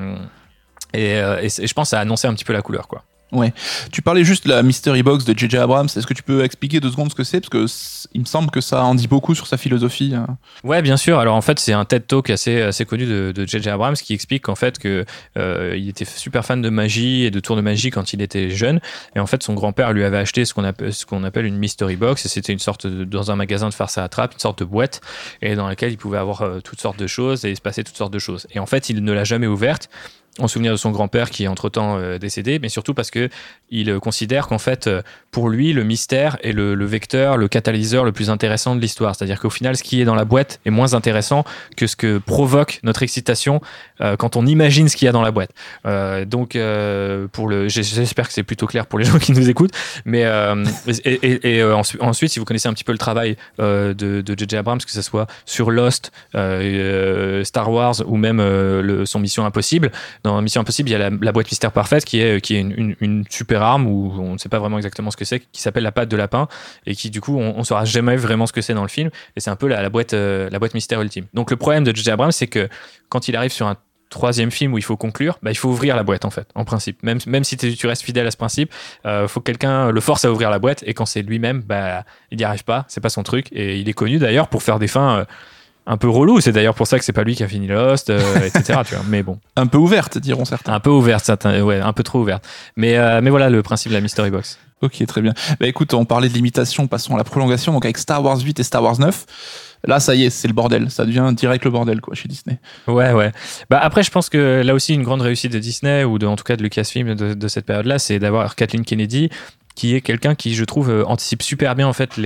je pense que ça a annoncé un petit peu la couleur, quoi. Ouais. Tu parlais juste de la Mystery Box de J.J. Abrams. Est-ce que tu peux expliquer 2 secondes ce que c'est? Parce que il me semble que ça en dit beaucoup sur sa philosophie. Ouais, bien sûr. Alors en fait, c'est un TED Talk assez connu de J.J. Abrams, qui explique qu'en fait il était super fan de magie et de tours de magie quand il était jeune. Et en fait, son grand-père lui avait acheté ce qu'on appelle une Mystery Box. Et c'était une sorte dans un magasin de farce à la trappe, une sorte de boîte, et dans laquelle il pouvait avoir toutes sortes de choses et il se passait toutes sortes de choses. Et en fait, il ne l'a jamais ouverte, en souvenir de son grand-père qui est entre-temps décédé, mais surtout parce que il considère qu'en fait, pour lui, le mystère est le vecteur, le catalyseur le plus intéressant de l'histoire. C'est-à-dire qu'au final, ce qui est dans la boîte est moins intéressant que ce que provoque notre excitation quand on imagine ce qu'il y a dans la boîte. J'espère que c'est plutôt clair pour les gens qui nous écoutent, mais ensuite, si vous connaissez un petit peu le travail de J.J. Abrams, que ce soit sur Lost, Star Wars ou même son Mission Impossible, dans Mission Impossible, il y a la boîte mystère parfaite qui est une super arme où on ne sait pas vraiment exactement ce que c'est, qui s'appelle la patte de lapin, et qui du coup on saura jamais vraiment ce que c'est dans le film, et c'est un peu la boîte mystère ultime. Donc le problème de J.J. Abrams, c'est que quand il arrive sur un 3e film où il faut conclure, il faut ouvrir la boîte en fait, en principe. Même si tu restes fidèle à ce principe, faut que quelqu'un le force à ouvrir la boîte, et quand c'est lui-même, il n'y arrive pas, c'est pas son truc, et il est connu d'ailleurs pour faire des fins un peu relou. C'est d'ailleurs pour ça que c'est pas lui qui a fini Lost, etc. Tu vois. Mais bon. Un peu ouverte, diront certains. Un peu ouverte, certains. Ouais, un peu trop ouverte. Mais voilà le principe de la Mystery Box. Ok, très bien. Bah écoute, on parlait de limitation, passons à la prolongation. Donc avec Star Wars 8 et Star Wars 9, là ça y est, c'est le bordel. Ça devient direct le bordel quoi chez Disney. Ouais. Bah après, je pense que là aussi une grande réussite de Disney ou en tout cas de Lucasfilm de cette période-là, c'est d'avoir Kathleen Kennedy, qui est quelqu'un qui, je trouve, anticipe super bien en fait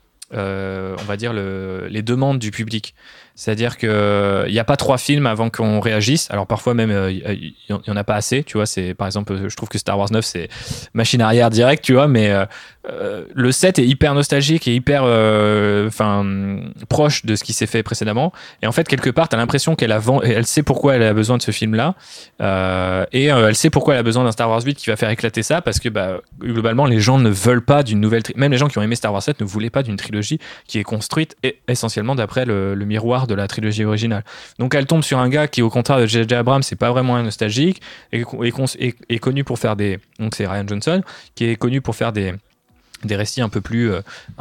on va dire les demandes du public. C'est-à-dire que il y a pas 3 films avant qu'on réagisse. Alors parfois même il y en a pas assez, tu vois, c'est par exemple je trouve que Star Wars 9 c'est machine arrière direct, tu vois, mais le 7 est hyper nostalgique et hyper proche de ce qui s'est fait précédemment, et en fait quelque part tu as l'impression elle sait pourquoi elle a besoin de ce film-là, et elle sait pourquoi elle a besoin d'un Star Wars 8 qui va faire éclater ça, parce que globalement les gens ne veulent pas d'une nouvelle même les gens qui ont aimé Star Wars 7 ne voulaient pas d'une trilogie qui est construite essentiellement d'après le miroir de la trilogie originale. Donc elle tombe sur un gars qui, au contraire de J.J. Abrams, c'est pas vraiment un nostalgique, et est connu pour faire donc c'est Rian Johnson, qui est connu pour faire des récits un peu plus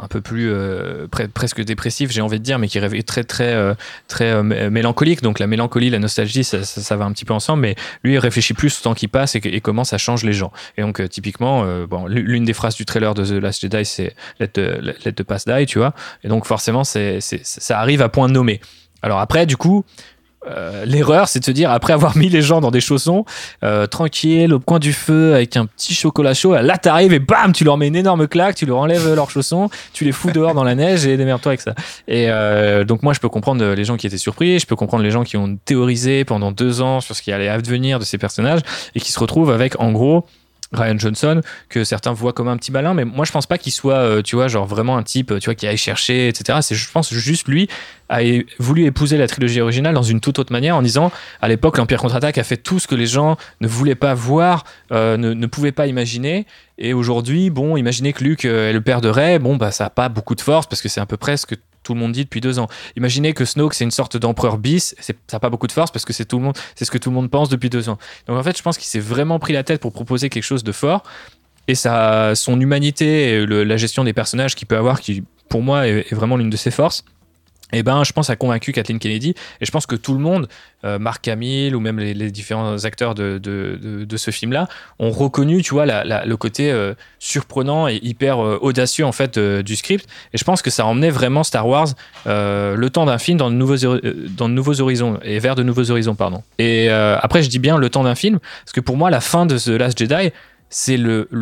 presque dépressifs, j'ai envie de dire, mais qui est très mélancolique. Donc la mélancolie, la nostalgie, ça va un petit peu ensemble, mais lui il réfléchit plus au temps qui passe et comment ça change les gens. Et donc typiquement, l'une des phrases du trailer de The Last Jedi, c'est let the past die, tu vois. Et donc forcément ça arrive à point nommé. Alors après, du coup, l'erreur, c'est de se dire, après avoir mis les gens dans des chaussons tranquilles au coin du feu avec un petit chocolat chaud, là t'arrives et bam, tu leur mets une énorme claque, tu leur enlèves leurs chaussons, tu les fous dehors dans la neige et démerde-toi avec ça. Et donc moi je peux comprendre les gens qui étaient surpris, je peux comprendre les gens qui ont théorisé pendant 2 ans sur ce qui allait advenir de ces personnages et qui se retrouvent avec en gros Rian Johnson, que certains voient comme un petit malin, mais moi je pense pas qu'il soit tu vois, genre vraiment un type, tu vois, qui aille chercher, etc. Je pense juste lui a voulu épouser la trilogie originale dans une toute autre manière, en disant à l'époque l'Empire contre-attaque a fait tout ce que les gens ne voulaient pas voir, ne pouvaient pas imaginer, et aujourd'hui imaginez que Luke est le père de Rey, ça a pas beaucoup de force parce que c'est à peu près ce que tout le monde dit depuis 2 ans. Imaginez que Snoke c'est une sorte d'empereur bis, ça n'a pas beaucoup de force parce que c'est ce que tout le monde pense depuis 2 ans. Donc en fait je pense qu'il s'est vraiment pris la tête pour proposer quelque chose de fort, et son humanité et la gestion des personnages qu'il peut avoir, qui pour moi est vraiment l'une de ses forces, et je pense a convaincu Kathleen Kennedy, et je pense que tout le monde, Mark Hamill ou même les différents acteurs de ce film-là, ont reconnu, tu vois, le côté surprenant et hyper audacieux en fait du script, et je pense que ça emmenait vraiment Star Wars le temps d'un film dans de nouveaux horizons, et vers de nouveaux horizons, pardon. Et après je dis bien le temps d'un film parce que pour moi la fin de The Last Jedi, c'est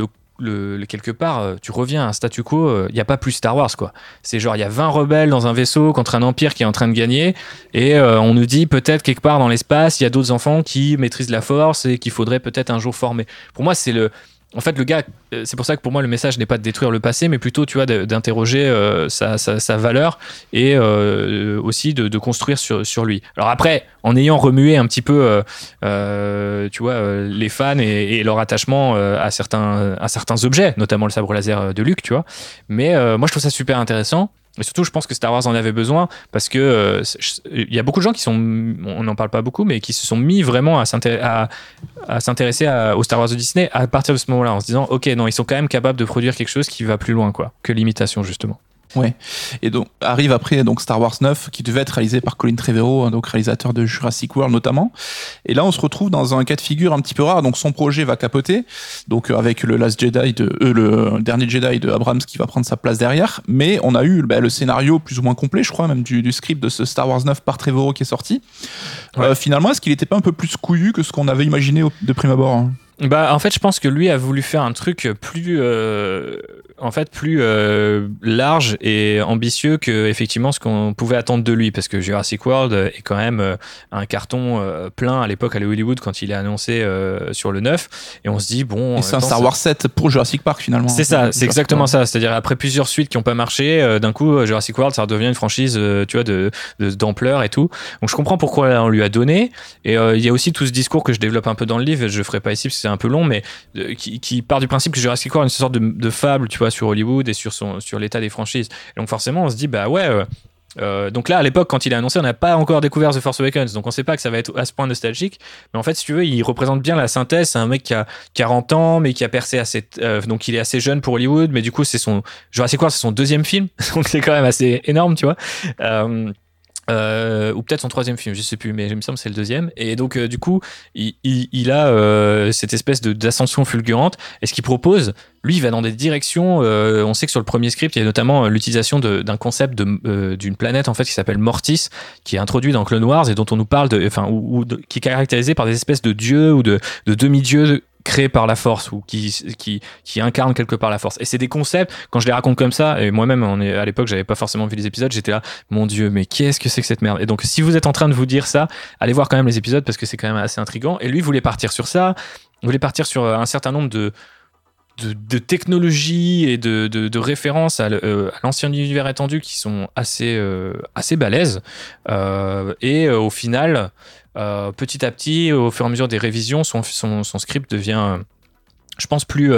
quelque part, tu reviens à un statu quo, il n'y a pas plus Star Wars, quoi. C'est genre, il y a 20 rebelles dans un vaisseau contre un empire qui est en train de gagner, et on nous dit peut-être quelque part dans l'espace, il y a d'autres enfants qui maîtrisent la force et qu'il faudrait peut-être un jour former. Pour moi, en fait, le gars, c'est pour ça que pour moi le message n'est pas de détruire le passé, mais plutôt, tu vois, d'interroger sa valeur, et aussi de construire sur lui. Alors après, en ayant remué un petit peu, tu vois, les fans et leur attachement à certains objets, notamment le sabre laser de Luke, tu vois. Mais moi, je trouve ça super intéressant. Et surtout, je pense que Star Wars en avait besoin, parce que il y a beaucoup de gens on n'en parle pas beaucoup, mais qui se sont mis vraiment à s'intéresser au Star Wars de Disney à partir de ce moment-là, en se disant, ok, non, ils sont quand même capables de produire quelque chose qui va plus loin, quoi, que l'imitation, justement. Ouais. Et donc arrive après Star Wars 9 qui devait être réalisé par Colin Trevorrow, donc réalisateur de Jurassic World notamment. Et là on se retrouve dans un cas de figure un petit peu rare. Donc son projet va capoter. Donc avec le le dernier Jedi de Abrams qui va prendre sa place derrière. Mais on a eu le scénario plus ou moins complet, je crois même du script de ce Star Wars 9 par Trevorrow qui est sorti. Ouais. Finalement, est-ce qu'il n'était pas un peu plus couillu que ce qu'on avait imaginé de prime abord, hein? En fait, je pense que lui a voulu faire un truc plus large et ambitieux que effectivement ce qu'on pouvait attendre de lui, parce que Jurassic World est quand même un carton plein à l'époque à Hollywood quand il est annoncé sur le 9, et on se dit bon. Et c'est un Star Wars 7 pour Jurassic Park finalement. C'est ça, c'est exactement ça. C'est-à-dire après plusieurs suites qui n'ont pas marché, d'un coup Jurassic World ça redevient une franchise, tu vois, d'ampleur et tout. Donc je comprends pourquoi on lui a donné. Et il y a aussi tout ce discours que je développe un peu dans le livre. Je ferai pas ici parce que c'est un peu long, mais qui part du principe que Jurassic World est une sorte de fable, tu vois, sur Hollywood et sur l'état des franchises. Et donc forcément, on se dit bah ouais. Donc là, à l'époque, quand il a annoncé, on n'a pas encore découvert The Force Awakens, donc on sait pas que ça va être à ce point nostalgique. Mais en fait, si tu veux, il représente bien la synthèse. C'est un mec qui a 40 ans, mais qui a percé donc il est assez jeune pour Hollywood. Mais du coup, Jurassic World, c'est son 2e film, donc c'est quand même assez énorme, tu vois. ou peut-être son troisième film, je sais plus, mais il me semble que c'est le deuxième. Et donc, du coup, il a cette espèce d'ascension fulgurante. Et ce qu'il propose, lui, il va dans des directions. On sait que sur le premier script, il y a notamment l'utilisation d'un concept d'une planète en fait qui s'appelle Mortis, qui est introduit dans Clone Wars et dont on nous parle, qui est caractérisé par des espèces de dieux ou de demi-dieux créés par la force ou qui incarnent quelque part la force. Et c'est des concepts, quand je les raconte comme ça, et moi-même à l'époque j'avais pas forcément vu les épisodes, j'étais là, mon Dieu, mais qu'est-ce que c'est que cette merde? Et donc si vous êtes en train de vous dire ça, allez voir quand même les épisodes parce que c'est quand même assez intriguant. Et lui voulait partir sur ça, voulait partir sur un certain nombre de technologies et de références à l'ancien univers étendu qui sont assez balèzes. Et au final, petit à petit, au fur et à mesure des révisions, son script devient, je pense, plus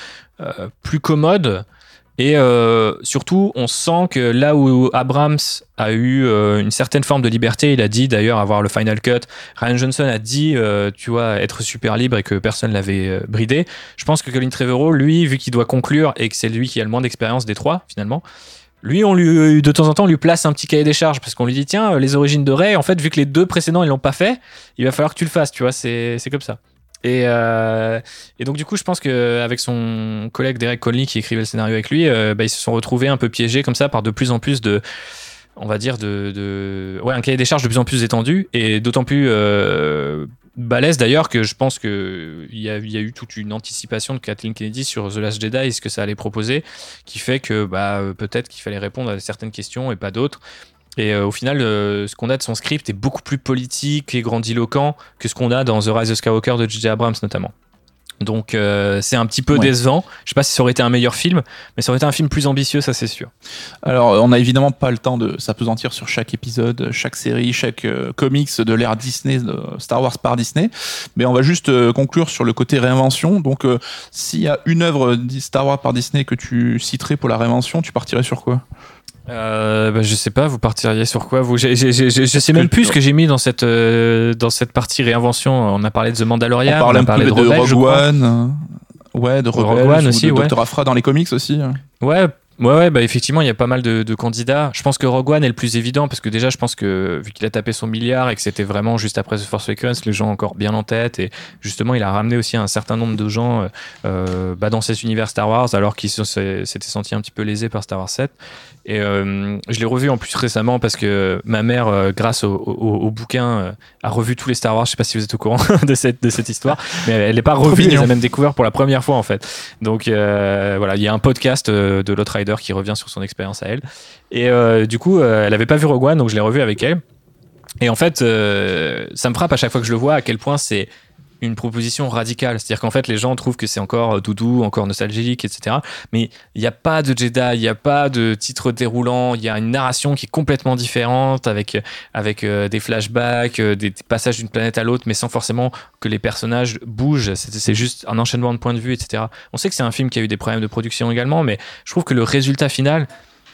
commode. Et surtout, on sent que là où Abrams a eu une certaine forme de liberté, il a dit d'ailleurs avoir le Final Cut, Rian Johnson a dit, tu vois, être super libre et que personne l'avait bridé. Je pense que Colin Trevorrow, lui, vu qu'il doit conclure et que c'est lui qui a le moins d'expérience des trois, finalement, lui, de temps en temps, on lui place un petit cahier des charges parce qu'on lui dit, tiens, les origines de Rey, en fait, vu que les deux précédents, ils l'ont pas fait, il va falloir que tu le fasses, tu vois, c'est comme ça. Et donc, du coup, je pense qu'avec son collègue Derek Conley qui écrivait le scénario avec lui, ils se sont retrouvés un peu piégés comme ça par de plus en plus on va dire, un cahier des charges de plus en plus étendu et d'autant plus balèze d'ailleurs que je pense qu'il y a eu toute une anticipation de Kathleen Kennedy sur The Last Jedi et ce que ça allait proposer qui fait que peut-être qu'il fallait répondre à certaines questions et pas d'autres. Et au final, ce qu'on a de son script est beaucoup plus politique et grandiloquent que ce qu'on a dans The Rise of Skywalker de J.J. Abrams notamment. Donc c'est un petit peu décevant. Je sais pas si ça aurait été un meilleur film, mais ça aurait été un film plus ambitieux, ça c'est sûr. Alors on n'a évidemment pas le temps de s'apesantir sur chaque épisode, chaque série, chaque comics de l'ère Disney, de Star Wars par Disney, mais on va juste conclure sur le côté réinvention. Donc s'il y a une œuvre Star Wars par Disney que tu citerais pour la réinvention, tu partirais sur quoi? Je sais pas, vous partiriez sur quoi vous? Je sais même plus ce que j'ai mis dans cette partie réinvention. On a parlé de The Mandalorian, on a parlé de Rebelle, Rogue One, de Rogue One aussi, ou de Dr. Aphra dans les comics aussi. Ouais, effectivement, il y a pas mal de candidats. Je pense que Rogue One est le plus évident parce que déjà, je pense que vu qu'il a tapé son milliard et que c'était vraiment juste après The Force Awakens, les gens ont encore bien en tête et justement, il a ramené aussi un certain nombre de gens dans cet univers Star Wars alors qu'ils s'étaient sentis un petit peu lésés par Star Wars 7. Et je l'ai revu en plus récemment parce que ma mère, grâce au bouquin, a revu tous les Star Wars. Je sais pas si vous êtes au courant de cette histoire, mais elle n'est pas revue, elle les a même découvert pour la première fois en fait. Donc voilà, il y a un podcast de Lot Rider qui revient sur son expérience à elle. Et du coup, elle avait pas vu Rogue One, donc je l'ai revu avec elle. Et en fait, ça me frappe à chaque fois que je le vois à quel point c'est une proposition radicale. C'est-à-dire qu'en fait, les gens trouvent que c'est encore doudou, encore nostalgique, etc. Mais il n'y a pas de Jedi, il n'y a pas de titre déroulant, il y a une narration qui est complètement différente avec des flashbacks, des passages d'une planète à l'autre, mais sans forcément que les personnages bougent. C'est juste un enchaînement de points de vue, etc. On sait que c'est un film qui a eu des problèmes de production également, mais je trouve que le résultat final,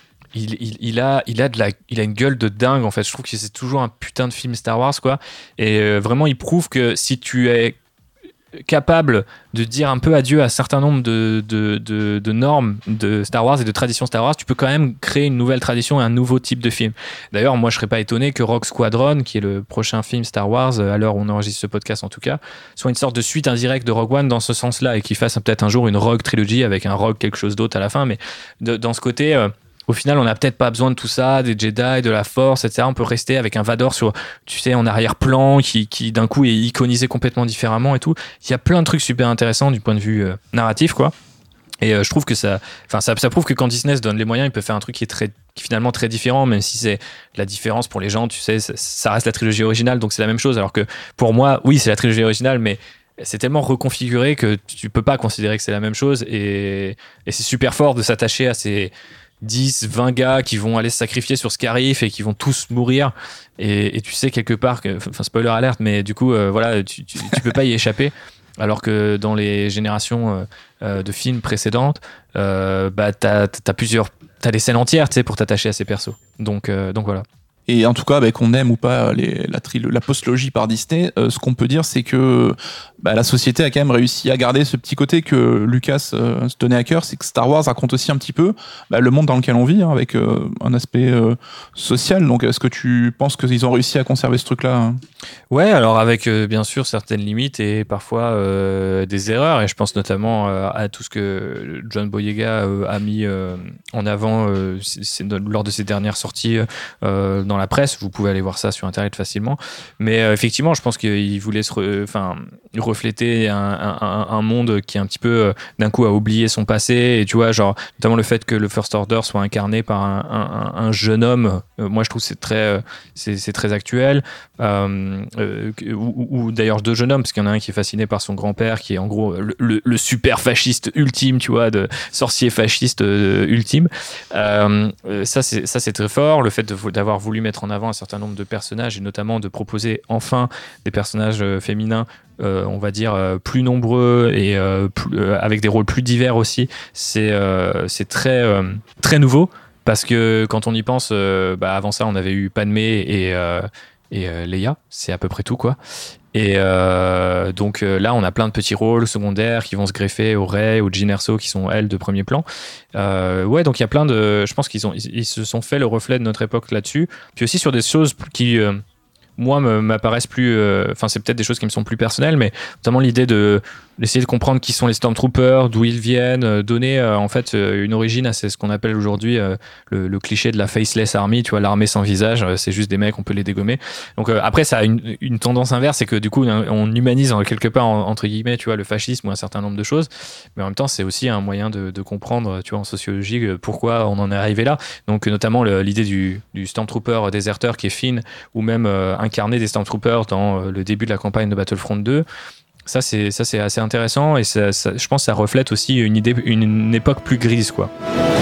il a une gueule de dingue en fait. Je trouve que c'est toujours un putain de film Star Wars quoi. Et vraiment il prouve que si tu es capable de dire un peu adieu à un certain nombre de normes de Star Wars et de traditions Star Wars, tu peux quand même créer une nouvelle tradition et un nouveau type de film. D'ailleurs moi je serais pas étonné que Rogue Squadron, qui est le prochain film Star Wars à l'heure où on enregistre ce podcast en tout cas, soit une sorte de suite indirecte de Rogue One dans ce sens là et qu'il fasse peut-être un jour une Rogue trilogy avec un Rogue quelque chose d'autre à la fin, mais dans ce côté au final, on n'a peut-être pas besoin de tout ça, des Jedi, de la Force, etc. On peut rester avec un Vador en arrière-plan, qui d'un coup est iconisé complètement différemment et tout. Il y a plein de trucs super intéressants du point de vue narratif, quoi. Et je trouve que ça prouve que quand Disney se donne les moyens, il peut faire un truc qui est finalement très différent, même si c'est la différence pour les gens, tu sais, ça reste la trilogie originale, donc c'est la même chose. Alors que pour moi, oui, c'est la trilogie originale, mais c'est tellement reconfiguré que tu peux pas considérer que c'est la même chose. Et c'est super fort de s'attacher à ces 10, 20 gars qui vont aller se sacrifier sur Scarif et qui vont tous mourir et tu sais quelque part spoiler alerte, mais du coup voilà, tu peux pas y échapper, alors que dans les générations de films précédentes t'as des scènes entières, tu sais, pour t'attacher à ces persos, donc voilà. Et en tout cas, qu'on aime ou pas la postlogie par Disney, ce qu'on peut dire, c'est que la société a quand même réussi à garder ce petit côté que Lucas se tenait à cœur, c'est que Star Wars raconte aussi un petit peu le monde dans lequel on vit, avec un aspect social. Donc, est-ce que tu penses qu'ils ont réussi à conserver ce truc-là? Ouais, alors avec bien sûr certaines limites et parfois des erreurs, et je pense notamment à tout ce que John Boyega a mis en avant lors de ses dernières sorties dans la presse. Vous pouvez aller voir ça sur Internet facilement. Mais effectivement, je pense qu'il voulait refléter un monde qui un petit peu d'un coup a oublié son passé, et tu vois, genre notamment le fait que le First Order soit incarné par un jeune homme, moi je trouve que c'est très actuel, ou d'ailleurs deux jeunes hommes, parce qu'il y en a un qui est fasciné par son grand-père qui est en gros le super fasciste ultime, tu vois, de sorcier fasciste ultime. Ça c'est très fort, le fait d'avoir voulu mettre en avant un certain nombre de personnages, et notamment de proposer enfin des personnages féminins on va dire plus nombreux et avec des rôles plus divers aussi. C'est très très nouveau, parce que quand on y pense, avant ça on avait eu Padmé et Leia, c'est à peu près tout quoi. Et donc là on a plein de petits rôles secondaires qui vont se greffer aux Rey, aux Jyn Erso, qui sont elles de premier plan. Ouais, donc il y a plein de, je pense ils se sont fait le reflet de notre époque là-dessus, puis aussi sur des choses qui moi m'apparaissent plus, c'est peut-être des choses qui me sont plus personnelles, mais notamment l'idée d'essayer de comprendre qui sont les Stormtroopers, d'où ils viennent, donner en fait une origine à ce qu'on appelle aujourd'hui le cliché de la faceless army, tu vois, l'armée sans visage, c'est juste des mecs, on peut les dégommer. Donc après ça a une tendance inverse, c'est que du coup on humanise quelque part entre guillemets, tu vois, le fascisme ou un certain nombre de choses, mais en même temps c'est aussi un moyen de comprendre, tu vois, en sociologie pourquoi on en est arrivé là. Donc notamment l'idée du Stormtrooper déserteur qui est Finn, ou même incarner des Stormtroopers dans le début de la campagne de Battlefront 2. Ça c'est assez intéressant, et ça, je pense que ça reflète aussi une époque plus grise, quoi.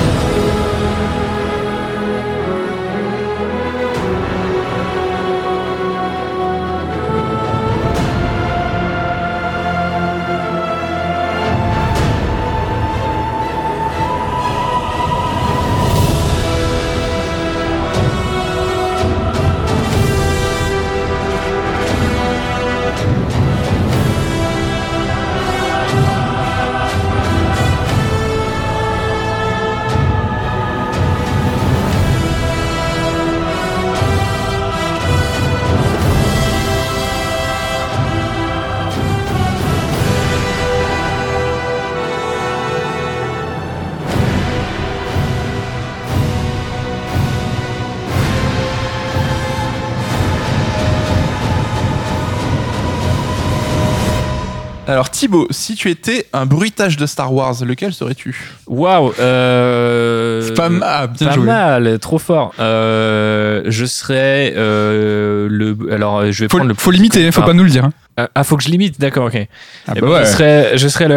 Alors Thibaut, si tu étais un bruitage de Star Wars, lequel serais-tu? Waouh, pas mal, trop fort. Je serais alors je vais prendre faut limiter, faut pas nous le dire. Faut que je limite, d'accord, ok. Ouais. Je serais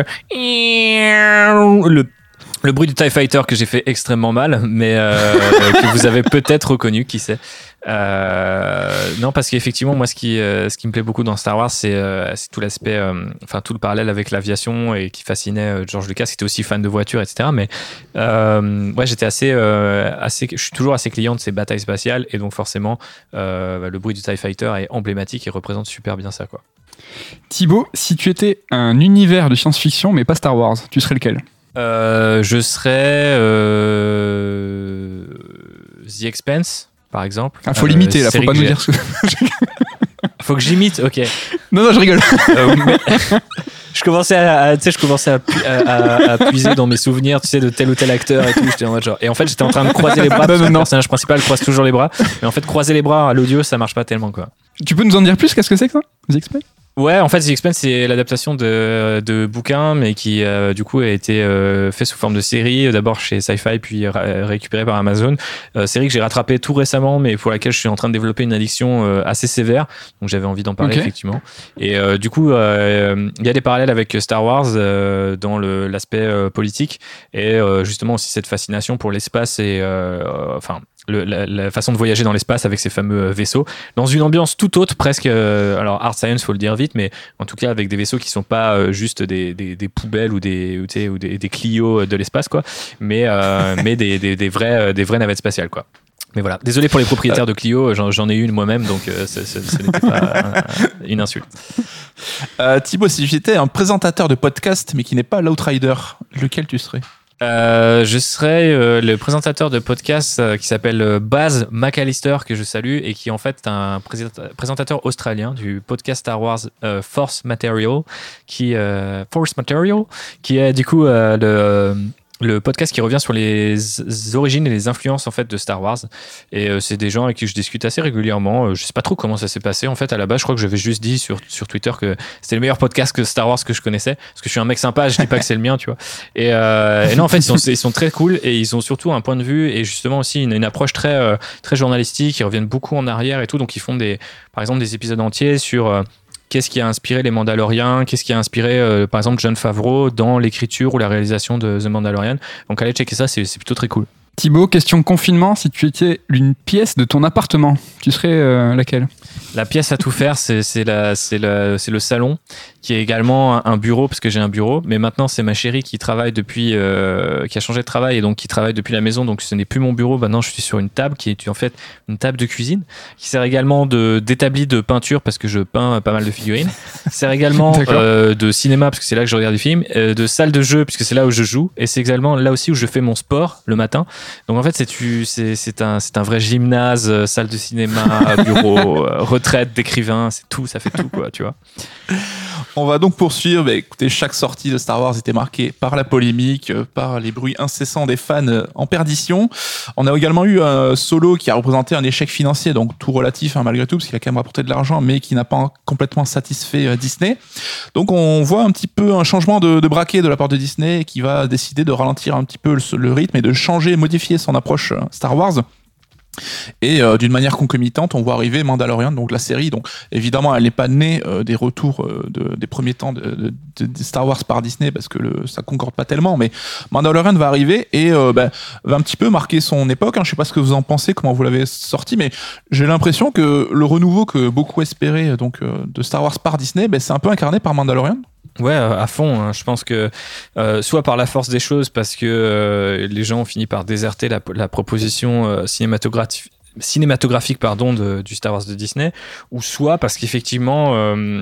le bruit du TIE Fighter que j'ai fait extrêmement mal, mais que vous avez peut-être reconnu, qui sait. Non, parce qu'effectivement, moi, ce qui me plaît beaucoup dans Star Wars, c'est tout l'aspect, tout le parallèle avec l'aviation, et qui fascinait George Lucas, qui était aussi fan de voitures, etc. Mais ouais, j'étais je suis toujours assez client de ces batailles spatiales, et donc forcément, le bruit du TIE Fighter est emblématique et représente super bien ça, quoi. Thibaut, si tu étais un univers de science-fiction, mais pas Star Wars, tu serais lequel? Je serais The Expanse, par exemple. Faut limiter là, faut pas nous dire ce que... Faut que j'imite, ok. Non, je rigole. Je commençais à puiser dans mes souvenirs, tu sais, de tel ou tel acteur et tout. J'étais en mode genre, et en fait, j'étais en train de croiser les bras. Parce que le personnage principal croise toujours les bras. Mais en fait, croiser les bras à l'audio, ça marche pas tellement, quoi. Tu peux nous en dire plus? Qu'est-ce que c'est que ça, The Expanse? Ouais, en fait, The Expanse, c'est l'adaptation de bouquins, mais qui, du coup, a été fait sous forme de série, d'abord chez Sci-Fi, puis récupéré par Amazon. Série que j'ai rattrapée tout récemment, mais pour laquelle je suis en train de développer une addiction assez sévère. Donc, j'avais envie d'en parler, effectivement. Et du coup, il y a des parallèles avec Star Wars dans l'aspect politique, et justement aussi cette fascination pour l'espace et, la façon de voyager dans l'espace avec ces fameux vaisseaux, dans une ambiance tout autre, presque, alors Hard Science, faut le dire vite, mais en tout cas avec des vaisseaux qui sont pas juste des poubelles ou des Clio de l'espace, quoi, mais des vraies navettes spatiales, quoi. Mais voilà, désolé pour les propriétaires de Clio, j'en ai une moi-même, donc ce n'était pas une insulte. Thibaut, si j'étais un présentateur de podcast, mais qui n'est pas l'outsider, lequel tu serais ? Je serais le présentateur de podcast qui s'appelle Baz McAllister, que je salue, et qui en fait est un présentateur australien du podcast Star Wars Force Material, qui est du coup le podcast qui revient sur les origines et les influences en fait de Star Wars, et c'est des gens avec qui je discute assez régulièrement. Je sais pas trop comment ça s'est passé en fait. À la base, je crois que j'avais juste dit sur Twitter que c'était le meilleur podcast que Star Wars que je connaissais, parce que je suis un mec sympa, je dis pas que c'est le mien, tu vois. Et non, en fait ils sont très cool, et ils ont surtout un point de vue et justement aussi une approche très journalistique. Ils reviennent beaucoup en arrière et tout, donc ils font par exemple des épisodes entiers sur qu'est-ce qui a inspiré les Mandalorians, qu'est-ce qui a inspiré, par exemple, Jon Favreau dans l'écriture ou la réalisation de The Mandalorian. Donc, allez checker ça, c'est plutôt très cool. Thibaut, question confinement, si tu étais une pièce de ton appartement, tu serais laquelle ? La pièce à tout faire, c'est le salon, qui est également un bureau, parce que j'ai un bureau, mais maintenant c'est ma chérie qui travaille qui a changé de travail et donc qui travaille depuis la maison, donc ce n'est plus mon bureau. Maintenant je suis sur une table qui est en fait une table de cuisine, qui sert également d'établi de peinture, parce que je peins pas mal de figurines, qui sert également de cinéma, parce que c'est là que je regarde des films, de salle de jeu, puisque c'est là où je joue, et c'est également là aussi où je fais mon sport le matin. Donc en fait c'est un vrai gymnase, salle de cinéma, bureau, retraite d'écrivain, c'est tout, ça fait tout quoi, tu vois. On va donc poursuivre. Écoutez, chaque sortie de Star Wars était marquée par la polémique, par les bruits incessants des fans en perdition. On a également eu un Solo qui a représenté un échec financier, donc tout relatif malgré tout, parce qu'il a quand même rapporté de l'argent, mais qui n'a pas complètement satisfait Disney. Donc on voit un petit peu un changement de braquet de la part de Disney, qui va décider de ralentir un petit peu le rythme et de changer, modifier son approche Star Wars. Et d'une manière concomitante, on voit arriver Mandalorian, donc la série. Donc évidemment, elle n'est pas née des retours des premiers temps de Star Wars par Disney, parce que ça concorde pas tellement. Mais Mandalorian va arriver et va un petit peu marquer son époque. Je sais pas ce que vous en pensez, comment vous l'avez sorti, mais j'ai l'impression que le renouveau que beaucoup espéraient de Star Wars par Disney, c'est un peu incarné par Mandalorian. Ouais, à fond. Hein. Je pense que soit par la force des choses, parce que les gens ont fini par déserter la proposition cinématographique du Star Wars de Disney, ou soit parce qu'effectivement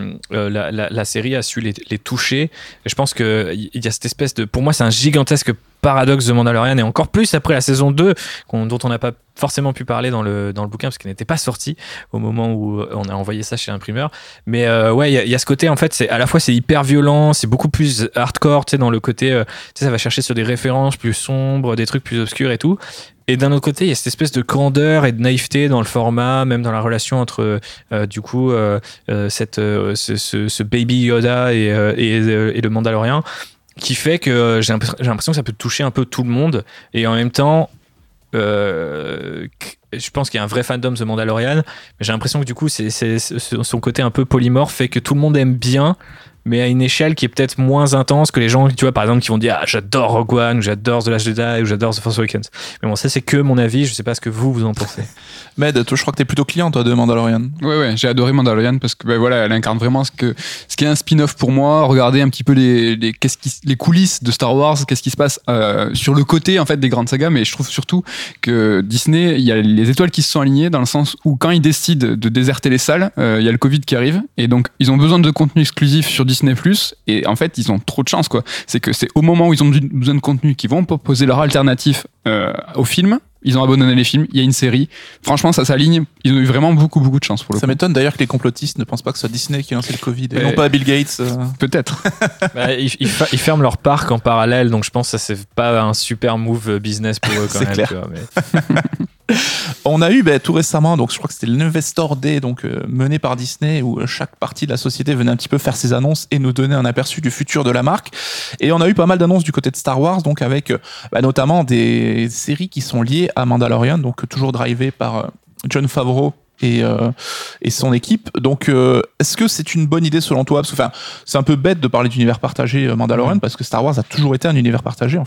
la série a su les toucher. Et je pense qu'il y a cette espèce de, pour moi c'est un gigantesque paradoxe de Mandalorian, et encore plus après la saison 2 dont on n'a pas forcément pu parler dans le bouquin parce qu'elle n'était pas sortie au moment où on a envoyé ça chez l'imprimeur. Mais ouais, il y a ce côté, en fait, c'est à la fois c'est hyper violent, c'est beaucoup plus hardcore, tu sais, dans le côté, tu sais, ça va chercher sur des références plus sombres, des trucs plus obscurs et tout. Et d'un autre côté, il y a cette espèce de candeur et de naïveté dans le format, même dans la relation entre ce Baby Yoda et le Mandalorian, qui fait que j'ai l'impression que ça peut toucher un peu tout le monde. Et en même temps, je pense qu'il y a un vrai fandom de Mandalorian, mais j'ai l'impression que du coup son côté un peu polymorphe fait que tout le monde aime bien, mais à une échelle qui est peut-être moins intense que les gens, tu vois, par exemple, qui vont dire j'adore Rogue One, ou j'adore The Last Jedi, ou j'adore The Force Awakens. Mais bon, ça c'est que mon avis, je sais pas ce que vous en pensez. Med, toi, je crois que t'es plutôt client, toi, de Mandalorian. Ouais, j'ai adoré Mandalorian parce que voilà, elle incarne vraiment ce qui est un spin-off pour moi. Regardez un petit peu les coulisses de Star Wars, qu'est-ce qui se passe sur le côté en fait des grandes sagas. Mais je trouve surtout que Disney, il y a les étoiles qui se sont alignées dans le sens où quand ils décident de déserter les salles, il y a le Covid qui arrive, et donc ils ont besoin de contenu exclusif sur Disney+. Et en fait, ils ont trop de chance, quoi. C'est que c'est au moment où ils ont besoin de contenu qu'ils vont proposer leur alternatif au film. Ils ont abandonné les films, il y a une série. Franchement, ça s'aligne. Ils ont eu vraiment beaucoup de chance pour le coup. Ça m'étonne d'ailleurs que les complotistes ne pensent pas que ce soit Disney qui a lancé le Covid et non pas Bill Gates. Peut-être. Ils ferment leur parc en parallèle, donc je pense que ça c'est pas un super move business pour eux quand même. Clair. Tu vois, mais... On a eu tout récemment, donc je crois que c'était le Investor Day, donc mené par Disney, où chaque partie de la société venait un petit peu faire ses annonces et nous donner un aperçu du futur de la marque. Et on a eu pas mal d'annonces du côté de Star Wars, donc avec notamment des séries qui sont liées à Mandalorian, donc toujours drivées par Jon Favreau et son équipe. Donc est-ce que c'est une bonne idée selon toi? Parce que c'est un peu bête de parler d'univers partagé Mandalorian, parce que Star Wars a toujours été un univers partagé en fait.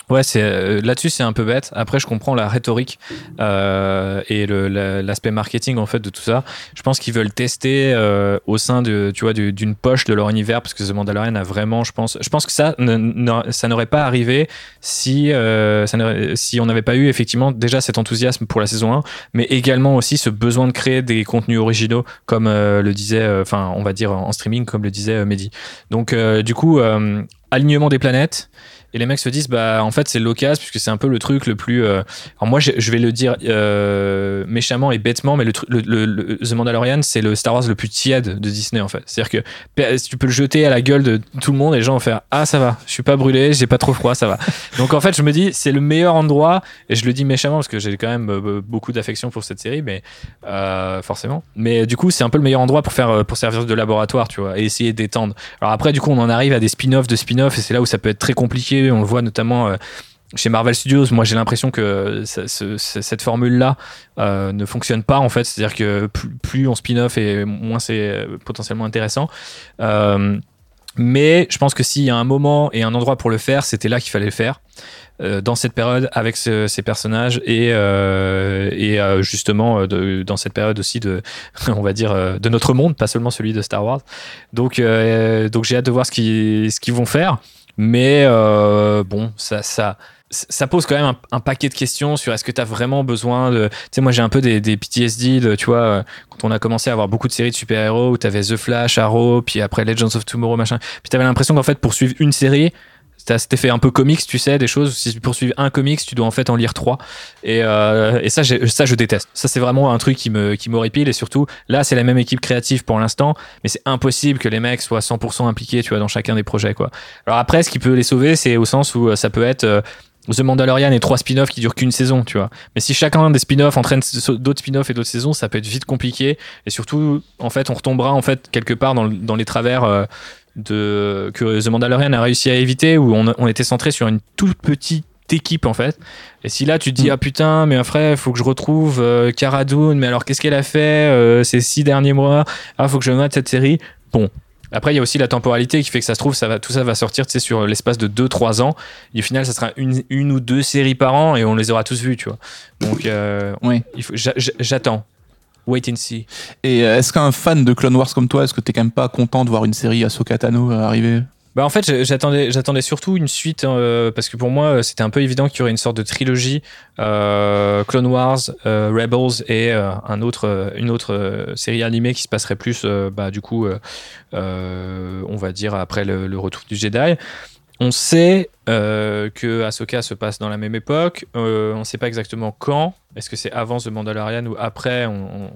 Ouais, là-dessus c'est un peu bête. Après, je comprends la rhétorique et l'aspect marketing en fait de tout ça. Je pense qu'ils veulent tester au sein d'une poche de leur univers, parce que The Mandalorian a vraiment, je pense que ça n'aurait pas arrivé si on n'avait pas eu effectivement déjà cet enthousiasme pour la saison 1, mais également aussi ce besoin de créer des contenus originaux, comme le disait, on va dire en streaming, comme le disait Mehdi. Donc du coup, alignement des planètes. Et les mecs se disent, en fait, c'est l'occasion, puisque c'est un peu le truc le plus. Alors, moi, je vais le dire méchamment et bêtement, mais The Mandalorian, c'est le Star Wars le plus tiède de Disney, en fait. C'est-à-dire que tu peux le jeter à la gueule de tout le monde et les gens vont faire, ah, ça va, je suis pas brûlé, j'ai pas trop froid, ça va. Donc, en fait, je me dis, c'est le meilleur endroit, et je le dis méchamment, parce que j'ai quand même beaucoup d'affection pour cette série, mais forcément. Mais du coup, c'est un peu le meilleur endroit pour servir de laboratoire, tu vois, et essayer d'étendre. Alors, après, du coup, on en arrive à des spin-offs de spin-offs, et c'est là où ça peut être très compliqué. On le voit notamment chez Marvel Studios. Moi, j'ai l'impression que cette formule-là ne fonctionne pas, en fait. C'est-à-dire que plus on spin-off et moins c'est potentiellement intéressant. Mais je pense que s'il y a un moment et un endroit pour le faire, c'était là qu'il fallait le faire. Dans cette période, avec ces personnages et justement dans cette période aussi on va dire, de notre monde, pas seulement celui de Star Wars. Donc j'ai hâte de voir ce qu'ils vont faire. Mais bon, ça pose quand même un paquet de questions sur est-ce que tu as vraiment besoin de... Tu sais, moi j'ai un peu des PTSD tu vois, quand on a commencé à avoir beaucoup de séries de super-héros où tu avais The Flash, Arrow, puis après Legends of Tomorrow, machin. Puis tu avais l'impression qu'en fait, pour suivre une série, t'as cet effet un peu comics, tu sais, des choses. Si tu poursuives un comics, tu dois en fait en lire 3. Et ça, je déteste. Ça, c'est vraiment un truc qui m'horripile. Et surtout, là, c'est la même équipe créative pour l'instant, mais c'est impossible que les mecs soient 100% impliqués, tu vois, dans chacun des projets, quoi. Alors après, ce qui peut les sauver, c'est au sens où ça peut être The Mandalorian et 3 spin-offs qui durent qu'une saison, tu vois. Mais si chacun des spin-offs entraîne d'autres spin-offs et d'autres saisons, ça peut être vite compliqué. Et surtout, en fait, on retombera en fait quelque part dans les travers que The Mandalorian a réussi à éviter, où on était centré sur une toute petite équipe en fait. Et si là tu te dis ah putain mais après faut que je retrouve Cara Dune, mais alors qu'est-ce qu'elle a fait ces 6 derniers mois, faut que je mate cette série. Bon, après il y a aussi la temporalité qui fait que ça se trouve tout ça va sortir, tu sais, sur l'espace de 2-3 ans, et au final ça sera une ou deux séries par an et on les aura tous vues, tu vois. Donc oui. J'attends. Wait and see. Et est-ce qu'un fan de Clone Wars comme toi, est-ce que t'es quand même pas content de voir une série Ahsoka Tano arriver ? En fait, j'attendais surtout une suite, parce que pour moi, c'était un peu évident qu'il y aurait une sorte de trilogie, Clone Wars, Rebels et une autre série animée qui se passerait plus, du coup, on va dire après le retour du Jedi. On sait que Ahsoka se passe dans la même époque. On ne sait pas exactement quand. Est-ce que c'est avant The Mandalorian ou après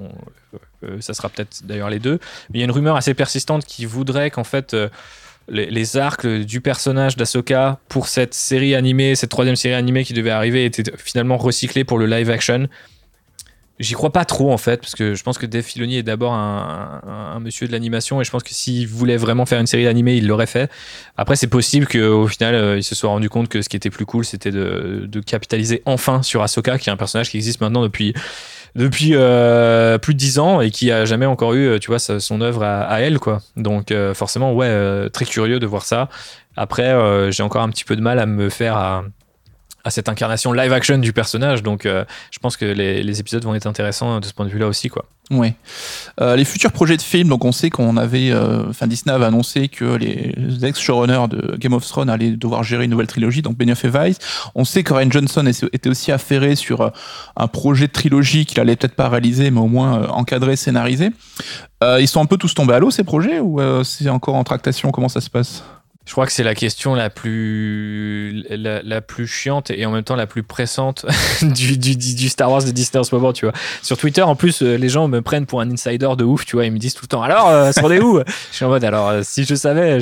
ça sera peut-être d'ailleurs les deux. Mais il y a une rumeur assez persistante qui voudrait qu'en fait les arcs du personnage d'Ahsoka pour cette série animée, cette 3e série animée qui devait arriver, étaient finalement recyclés pour le live action. J'y crois pas trop en fait, parce que je pense que Dave Filoni est d'abord un monsieur de l'animation, et je pense que s'il voulait vraiment faire une série animée, il l'aurait fait. Après, c'est possible qu'au final, il se soit rendu compte que ce qui était plus cool, c'était de capitaliser enfin sur Ahsoka, qui est un personnage qui existe maintenant depuis plus de 10 ans et qui a jamais encore eu, tu vois, son œuvre à elle, quoi. Donc forcément, ouais, très curieux de voir ça. Après, j'ai encore un petit peu de mal à me faire à cette incarnation live action du personnage, donc je pense que les épisodes vont être intéressants de ce point de vue-là aussi, quoi. Oui. Les futurs projets de films, donc on sait qu'on avait, Disney avait annoncé que les ex-showrunners de Game of Thrones allaient devoir gérer une nouvelle trilogie, donc Benioff et Weiss. On sait que Rian Johnson était aussi affairé sur un projet de trilogie qu'il allait peut-être pas réaliser, mais au moins encadré, scénarisé. Ils sont un peu tous tombés à l'eau, ces projets, ou c'est encore en tractation? Comment ça se passe? Je crois que c'est la question la plus chiante et en même temps la plus pressante du Star Wars de Disney en ce moment, tu vois. Sur Twitter, en plus, les gens me prennent pour un insider de ouf, tu vois. Ils me disent tout le temps, alors, ça en est où? Je suis en mode, alors, si je savais,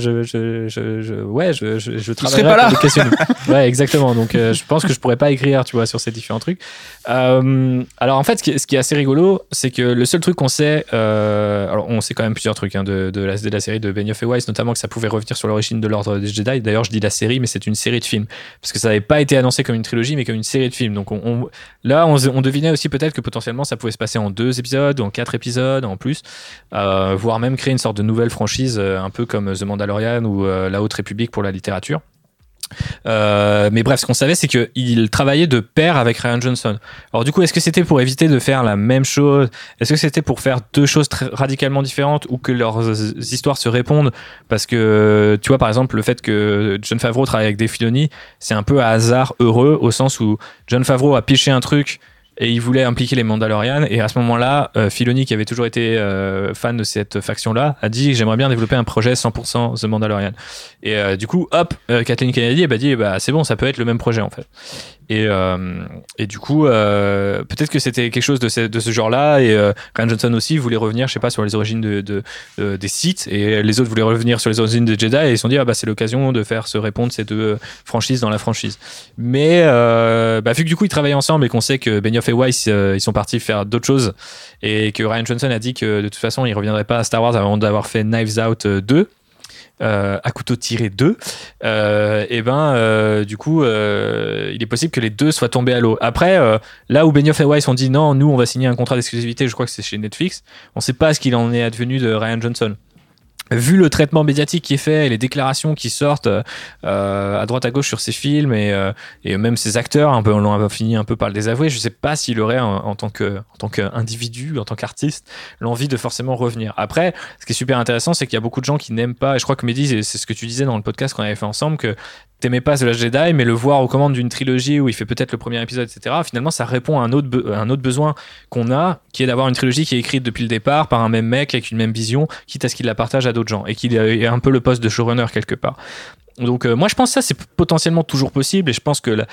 je travaillerais pas là. pour des questions. Ouais, exactement. Donc, je pense que je pourrais pas écrire, tu vois, sur ces différents trucs. Alors, en fait, ce qui est assez rigolo, c'est que le seul truc qu'on sait, alors, on sait quand même plusieurs trucs de la série de Benioff et Weiss, notamment que ça pouvait revenir sur l'origine de l'Ordre des Jedi. D'ailleurs, je dis la série, mais c'est une série de films, parce que ça n'avait pas été annoncé comme une trilogie, mais comme une série de films. Donc on devinait aussi peut-être que potentiellement ça pouvait se passer en 2 épisodes, en 4 épisodes, en plus, voire même créer une sorte de nouvelle franchise, un peu comme The Mandalorian ou La Haute République pour la littérature. Mais bref, ce qu'on savait, c'est qu'il travaillait de pair avec Rian Johnson. Alors du coup, est-ce que c'était pour éviter de faire la même chose? Est-ce que c'était pour faire deux choses très radicalement différentes ou que leurs histoires se répondent? Parce que, tu vois, par exemple, le fait que Jon Favreau travaille avec Dave Filoni, c'est un peu à hasard heureux, au sens où Jon Favreau a piché un truc et il voulait impliquer les Mandalorians, et à ce moment-là, Filoni, qui avait toujours été fan de cette faction-là, a dit: j'aimerais bien développer un projet 100% The Mandalorian. Et du coup, hop, Kathleen Kennedy elle a dit: bah c'est bon, ça peut être le même projet en fait. Et du coup, peut-être que c'était quelque chose de ce genre-là, et Rian Johnson aussi voulait revenir, je sais pas, sur les origines des Sith, et les autres voulaient revenir sur les origines des Jedi, et ils se sont dit: ah bah c'est l'occasion de faire se répondre ces deux franchises dans la franchise. Mais vu que du coup ils travaillaient ensemble et qu'on sait que Benioff et Weiss ils sont partis faire d'autres choses, et que Rian Johnson a dit que de toute façon il reviendrait pas à Star Wars avant d'avoir fait Knives Out 2, à couteau tiré 2, du coup il est possible que les deux soient tombés à l'eau. Après, là où Benioff et Weiss ont dit non, nous on va signer un contrat d'exclusivité, je crois que c'est chez Netflix, on sait pas ce qu'il en est advenu de Rian Johnson. Vu le traitement médiatique qui est fait et les déclarations qui sortent à droite à gauche sur ses films, et même ses acteurs on a fini un peu par le désavouer, je sais pas s'il aurait en tant qu'individu, en tant qu'artiste, l'envie de forcément revenir. Après, ce qui est super intéressant, c'est qu'il y a beaucoup de gens qui n'aiment pas, et je crois que Mehdi, c'est ce que tu disais dans le podcast qu'on avait fait ensemble, que t'aimais pas The Last Jedi, mais le voir aux commandes d'une trilogie où il fait peut-être le premier épisode, etc., finalement ça répond à un autre besoin qu'on a, qui est d'avoir une trilogie qui est écrite depuis le départ par un même mec avec une même vision, quitte à ce qu'il la partage à d'autres gens, et qu'il ait un peu le poste de showrunner quelque part. Donc moi je pense que ça c'est potentiellement toujours possible, et je pense que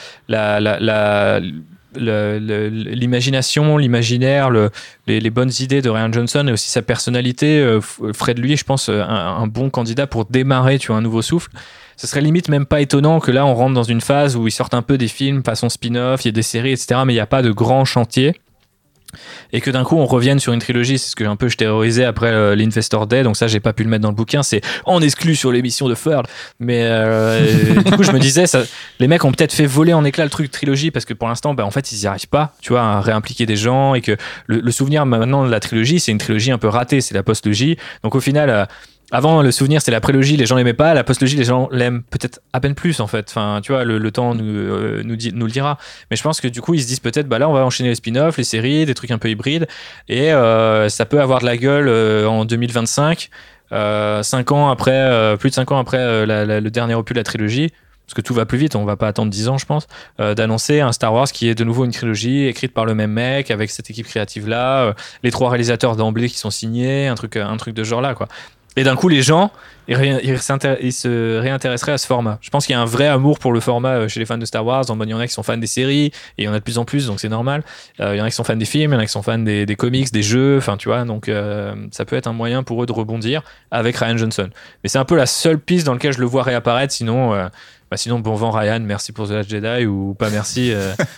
l'imagination, l'imaginaire, les bonnes idées de Rian Johnson et aussi sa personnalité ferait de lui, je pense, un bon candidat pour démarrer, tu vois, un nouveau souffle. Ce serait limite même pas étonnant que là on rentre dans une phase où ils sortent un peu des films façon spin-off, il y a des séries, etc., mais il n'y a pas de grand chantier, et que d'un coup on revienne sur une trilogie. C'est ce que je terrorisais après l'Investor Day, donc ça j'ai pas pu le mettre dans le bouquin, c'est en exclu sur l'émission de Furl, mais du coup je me disais les mecs ont peut-être fait voler en éclats le truc trilogie, parce que pour l'instant en fait ils y arrivent pas, tu vois, à réimpliquer des gens, et que le souvenir maintenant de la trilogie, c'est une trilogie un peu ratée, c'est la postlogie, donc au final avant, le souvenir, c'est la prélogie, les gens l'aimaient pas. La postlogie, les gens l'aiment peut-être à peine plus, en fait. Enfin, tu vois, le temps nous le dira. Mais je pense que du coup, ils se disent peut-être, là, on va enchaîner les spin-offs, les séries, des trucs un peu hybrides. Et ça peut avoir de la gueule en 2025, 5 ans après, plus de 5 ans après le dernier opus de la trilogie. Parce que tout va plus vite, on va pas attendre 10 ans, je pense, d'annoncer un Star Wars qui est de nouveau une trilogie écrite par le même mec, avec cette équipe créative-là, les 3 réalisateurs d'emblée qui sont signés, un truc de ce genre-là, quoi. Et d'un coup, les gens, ils se réintéresseraient à ce format. Je pense qu'il y a un vrai amour pour le format chez les fans de Star Wars. Il y en a qui sont fans des séries, et il y en a de plus en plus, donc c'est normal. Il y en a qui sont fans des films, il y en a qui sont fans des comics, des jeux, enfin, tu vois. Donc, ça peut être un moyen pour eux de rebondir avec Rian Johnson. Mais c'est un peu la seule piste dans laquelle je le vois réapparaître. Sinon, bon vent Ryan, merci pour The Last Jedi, ou pas merci,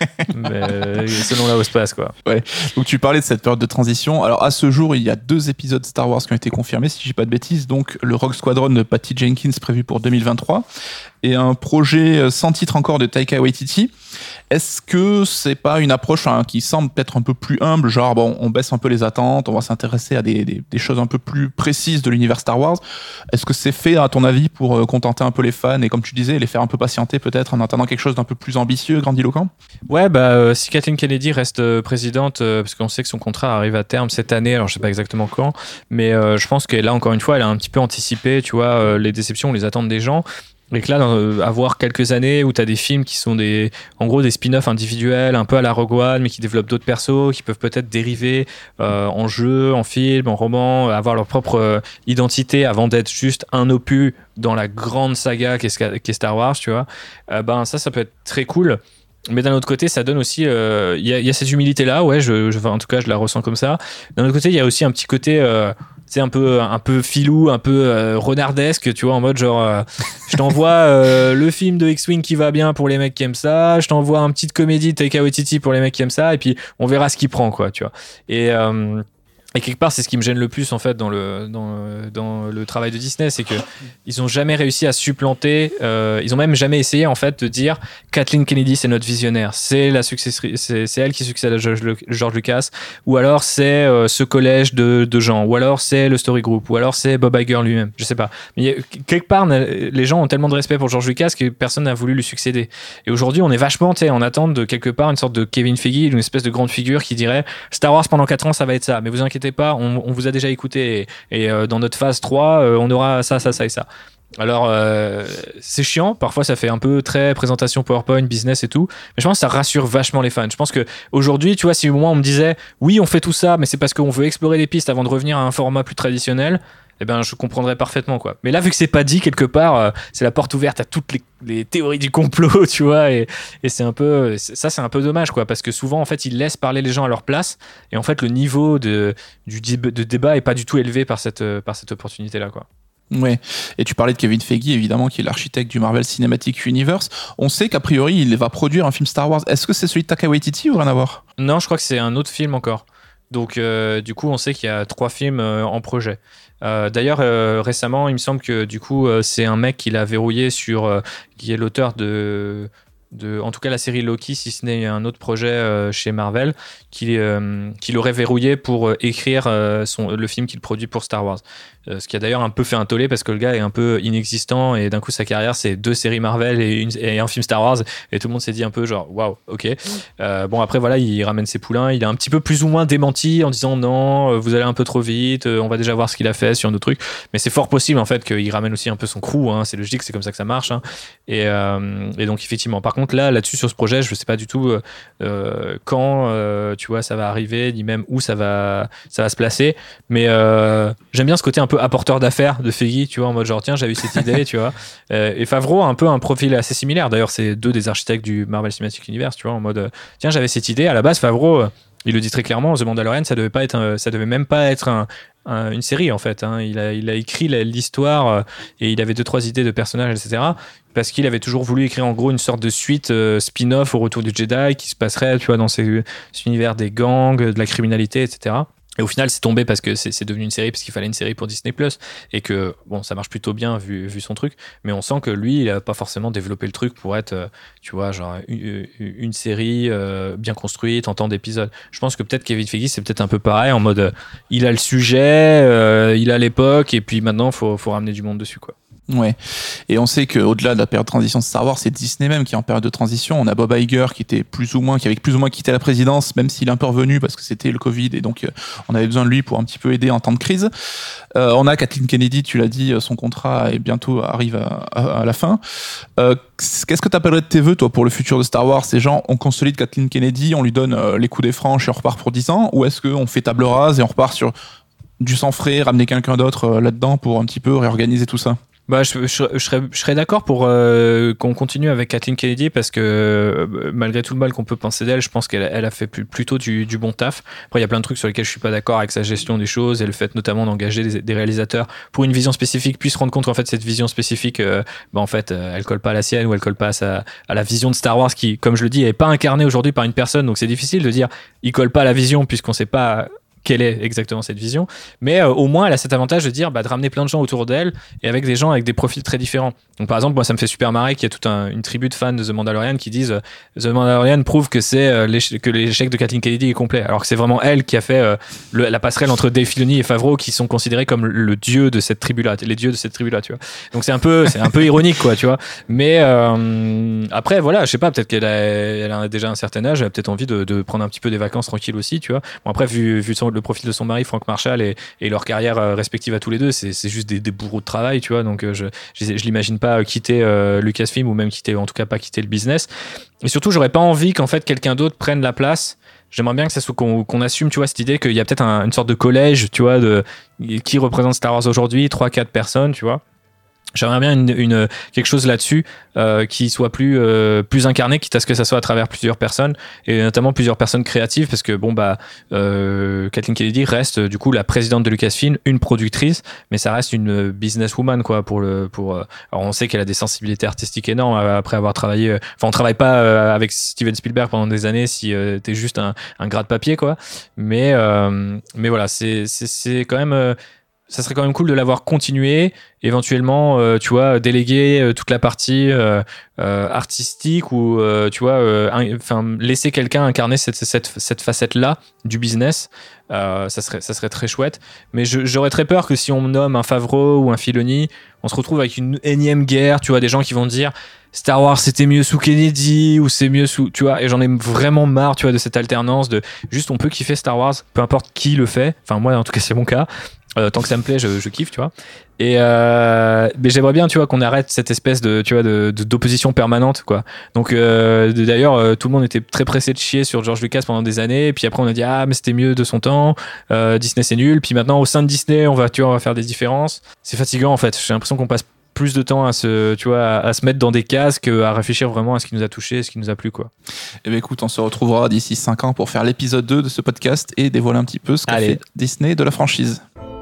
selon là où se passe, quoi. Ouais. Donc tu parlais de cette période de transition. Alors à ce jour, il y a 2 épisodes Star Wars qui ont été confirmés, si je dis pas de bêtises. Donc le Rogue Squadron de Patty Jenkins prévu pour 2023, et un projet sans titre encore de Taika Waititi. Est-ce que c'est pas une approche qui semble peut-être un peu plus humble, genre bon, on baisse un peu les attentes, on va s'intéresser à des choses un peu plus précises de l'univers Star Wars? Est-ce que c'est fait, à ton avis, pour contenter un peu les fans et, comme tu disais, les faire un peu patienter peut-être en attendant quelque chose d'un peu plus ambitieux, grandiloquent? Ouais, si Kathleen Kennedy reste présidente, parce qu'on sait que son contrat arrive à terme cette année, alors je sais pas exactement quand, mais je pense que là, encore une fois, elle a un petit peu anticipé, tu vois, les déceptions, les attentes des gens. Et que là, avoir quelques années où tu as des films qui sont en gros des spin-offs individuels, un peu à la Rogue One, mais qui développent d'autres persos, qui peuvent peut-être dériver en jeu, en film, en roman, avoir leur propre identité avant d'être juste un opus dans la grande saga qu'est Star Wars, tu vois. Ça peut être très cool. Mais d'un autre côté, ça donne aussi, il y a cette humilité là, ouais, en tout cas je la ressens comme ça. D'un autre côté, il y a aussi un petit côté c'est un peu filou, un peu renardesque, tu vois, en mode genre je t'envoie le film de X-Wing qui va bien pour les mecs qui aiment ça, je t'envoie un petite comédie de Taika Waititi pour les mecs qui aiment ça, et puis on verra ce qu'il prend, quoi, tu vois. Et quelque part, c'est ce qui me gêne le plus en fait dans le travail de Disney, c'est que ils ont jamais réussi à supplanter, ils ont même jamais essayé en fait de dire Kathleen Kennedy c'est notre visionnaire, c'est la c'est elle qui succède à George Lucas, ou alors c'est ce collège de gens, ou alors c'est le Story Group, ou alors c'est Bob Iger lui-même, je sais pas. Mais quelque part, les gens ont tellement de respect pour George Lucas que personne n'a voulu lui succéder. Et aujourd'hui, on est vachement, en attente de quelque part une sorte de Kevin Feige, une espèce de grande figure qui dirait Star Wars pendant 4 ans ça va être ça, mais vous inquiétez pas, on vous a déjà écouté et dans notre phase 3 on aura ça et ça. Alors c'est chiant, parfois ça fait un peu très présentation PowerPoint, business et tout, mais je pense que ça rassure vachement les fans. Je pense que aujourd'hui, tu vois, si au moment on me disait oui on fait tout ça mais c'est parce qu'on veut explorer les pistes avant de revenir à un format plus traditionnel, eh ben je comprendrais parfaitement quoi. Mais là vu que c'est pas dit quelque part, c'est la porte ouverte à toutes les théories du complot, tu vois, et c'est un peu ça, c'est un peu dommage quoi, parce que souvent en fait ils laissent parler les gens à leur place et en fait le niveau de débat est pas du tout élevé par cette opportunité là quoi. Ouais, et tu parlais de Kevin Feige, évidemment, qui est l'architecte du Marvel Cinematic Universe. On sait qu'a priori, il va produire un film Star Wars. Est-ce que c'est celui de Taika Waititi ou rien à voir ? Non, je crois que c'est un autre film encore. Donc, du coup, on sait qu'il y a 3 films en projet. D'ailleurs, récemment, il me semble que du coup, c'est un mec qui l'a verrouillé qui est l'auteur de en tout cas la série Loki, si ce n'est un autre projet chez Marvel, qui l'aurait verrouillé pour écrire le film qu'il produit pour Star Wars. Ce qui a d'ailleurs un peu fait un tollé parce que le gars est un peu inexistant et d'un coup sa carrière c'est 2 séries Marvel et un film Star Wars et tout le monde s'est dit un peu genre waouh, ok. Bon après voilà, il ramène ses poulains, il a un petit peu plus ou moins démenti en disant non, vous allez un peu trop vite, on va déjà voir ce qu'il a fait sur un autre truc, mais c'est fort possible en fait qu'il ramène aussi un peu son crew, hein, c'est logique, c'est comme ça que ça marche, hein. Et donc effectivement, par contre là-dessus sur ce projet, je sais pas du tout quand tu vois ça va arriver, ni même où ça va se placer, mais j'aime bien ce côté un peu apporteur d'affaires de Feige, tu vois, en mode genre tiens, j'avais eu cette idée, tu vois. Et Favreau a un peu un profil assez similaire. D'ailleurs, c'est 2 des architectes du Marvel Cinematic Universe, tu vois, en mode tiens, j'avais cette idée. À la base, Favreau, il le dit très clairement, The Mandalorian, ça devait même pas être une série en fait, hein. Il a écrit l'histoire et il avait 2-3 idées de personnages, etc. Parce qu'il avait toujours voulu écrire en gros une sorte de suite spin-off au Retour du Jedi qui se passerait, tu vois, dans cet univers des gangs, de la criminalité, etc. Et au final, c'est tombé parce que c'est devenu une série, parce qu'il fallait une série pour Disney+, et que, bon, ça marche plutôt bien vu son truc, mais on sent que lui, il a pas forcément développé le truc pour être, tu vois, genre, une série bien construite en tant d'épisodes. Je pense que peut-être Kevin Feige, c'est peut-être un peu pareil, en mode, il a le sujet, il a l'époque, et puis maintenant, faut ramener du monde dessus, quoi. Ouais. Et on sait qu'au-delà de la période de transition de Star Wars, c'est Disney même qui est en période de transition. On a Bob Iger qui avait plus ou moins quitté la présidence, même s'il est un peu revenu parce que c'était le Covid et donc on avait besoin de lui pour un petit peu aider en temps de crise. On a Kathleen Kennedy, tu l'as dit, son contrat est bientôt arrive à la fin. Qu'est-ce que t'appellerais de tes vœux, toi, pour le futur de Star Wars? Ces gens, on consolide Kathleen Kennedy, on lui donne les coups des franches et on repart pour 10 ans, ou est-ce qu'on fait table rase et on repart sur du sang frais, ramener quelqu'un d'autre là-dedans pour un petit peu réorganiser tout ça? Bah, je serais d'accord pour qu'on continue avec Kathleen Kennedy parce que malgré tout le mal qu'on peut penser d'elle, je pense qu'elle a fait plutôt du bon taf. Après, il y a plein de trucs sur lesquels je suis pas d'accord avec sa gestion des choses et le fait notamment d'engager des réalisateurs pour une vision spécifique, puis se rendre compte qu'en fait cette vision spécifique, en fait, elle colle pas à la sienne ou elle colle pas à la vision de Star Wars qui, comme je le dis, est pas incarnée aujourd'hui par une personne. Donc c'est difficile de dire il colle pas à la vision puisqu'on sait pas quelle est exactement cette vision, mais au moins elle a cet avantage de dire de ramener plein de gens autour d'elle et avec des gens avec des profils très différents. Donc par exemple, moi ça me fait super marrer qu'il y a toute une tribu de fans de The Mandalorian qui disent The Mandalorian prouve que que l'échec de Kathleen Kennedy est complet, alors que c'est vraiment elle qui a fait la passerelle entre Dave Filoni et Favreau qui sont considérés comme le dieu de cette tribu-là, les dieux de cette tribu-là, tu vois. Donc c'est un peu ironique, quoi, tu vois. Mais après voilà, je sais pas, peut-être qu'elle a déjà un certain âge, elle a peut-être envie de prendre un petit peu des vacances tranquilles aussi, tu vois. Bon après vu le profil de son mari Frank Marshall et leur carrière respective à tous les deux, c'est juste des bourreaux de travail, tu vois. Donc je l'imagine pas quitter Lucasfilm ou même en tout cas pas quitter le business. Et surtout, j'aurais pas envie qu'en fait quelqu'un d'autre prenne la place. J'aimerais bien que ça soit qu'on assume, tu vois, cette idée qu'il y a peut-être une sorte de collège, tu vois, qui représente Star Wars aujourd'hui, 3-4 personnes, tu vois. J'aimerais bien quelque chose là-dessus qui soit plus incarné, quitte à ce que ça soit à travers plusieurs personnes et notamment plusieurs personnes créatives, parce que Kathleen Kennedy reste du coup la présidente de Lucasfilm, une productrice, mais ça reste une businesswoman quoi. Alors on sait qu'elle a des sensibilités artistiques énormes après avoir travaillé. Enfin, on travaille pas avec Steven Spielberg pendant des années si t'es juste un gras de papier quoi. Mais voilà, c'est quand même. Ça serait quand même cool de l'avoir continué, éventuellement, tu vois, déléguer toute la partie artistique ou, tu vois, laisser quelqu'un incarner cette facette-là du business. Ça serait très chouette. Mais j'aurais très peur que si on nomme un Favreau ou un Filoni, on se retrouve avec une énième guerre, tu vois, des gens qui vont dire Star Wars c'était mieux sous Kennedy ou c'est mieux sous, tu vois, et j'en ai vraiment marre, tu vois, de cette alternance de juste on peut kiffer Star Wars, peu importe qui le fait. Enfin, moi, en tout cas, c'est mon cas. Tant que ça me plaît, je kiffe, tu vois. Et mais j'aimerais bien, tu vois, qu'on arrête cette espèce de, tu vois, d'opposition permanente, quoi. Donc d'ailleurs, tout le monde était très pressé de chier sur George Lucas pendant des années. Et puis après, on a dit mais c'était mieux de son temps. Disney c'est nul. Puis maintenant, au sein de Disney, on va faire des différences. C'est fatigant en fait. J'ai l'impression qu'on passe plus de temps à se mettre dans des cases qu'à réfléchir vraiment à ce qui nous a touché, ce qui nous a plu, quoi. Eh bien écoute, on se retrouvera d'ici 5 ans pour faire l'épisode 2 de ce podcast et dévoiler un petit peu ce qu'a fait Disney de la franchise.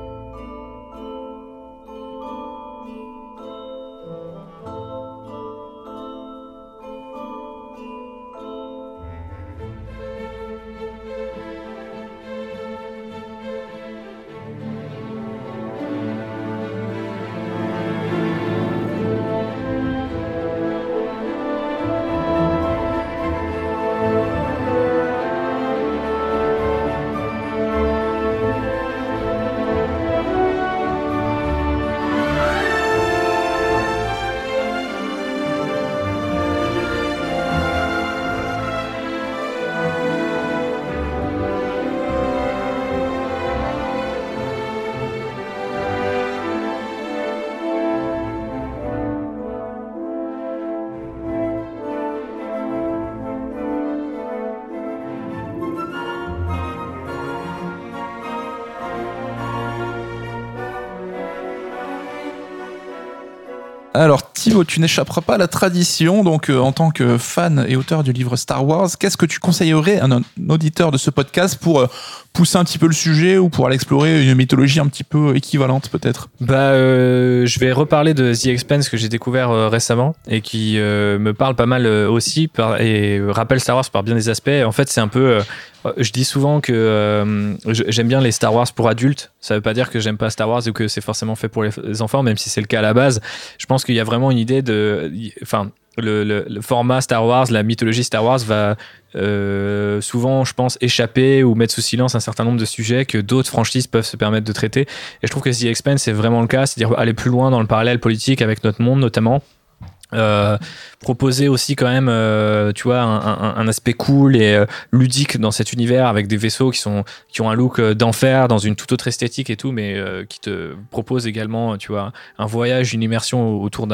Alors Thibaut, tu n'échapperas pas à la tradition, donc en tant que fan et auteur du livre Star Wars, qu'est-ce que tu conseillerais à un auditeur de ce podcast pour pousser un petit peu le sujet ou pour aller explorer une mythologie un petit peu équivalente peut-être? Je vais reparler de The Expanse que j'ai découvert récemment et qui me parle pas mal aussi et rappelle Star Wars par bien des aspects. En fait, c'est un peu... je dis souvent que j'aime bien les Star Wars pour adultes. Ça veut pas dire que j'aime pas Star Wars ou que c'est forcément fait pour les enfants, même si c'est le cas à la base. Je pense qu'il y a vraiment une idée de... Enfin, le format Star Wars, la mythologie Star Wars va souvent, je pense, échapper ou mettre sous silence un certain nombre de sujets que d'autres franchises peuvent se permettre de traiter. Et je trouve que The Expanse, c'est vraiment le cas, c'est-à-dire aller plus loin dans le parallèle politique avec notre monde notamment. Proposer aussi quand même tu vois un aspect cool et ludique dans cet univers avec des vaisseaux qui ont un look d'enfer dans une toute autre esthétique et tout, mais qui te propose également tu vois un voyage, une immersion autour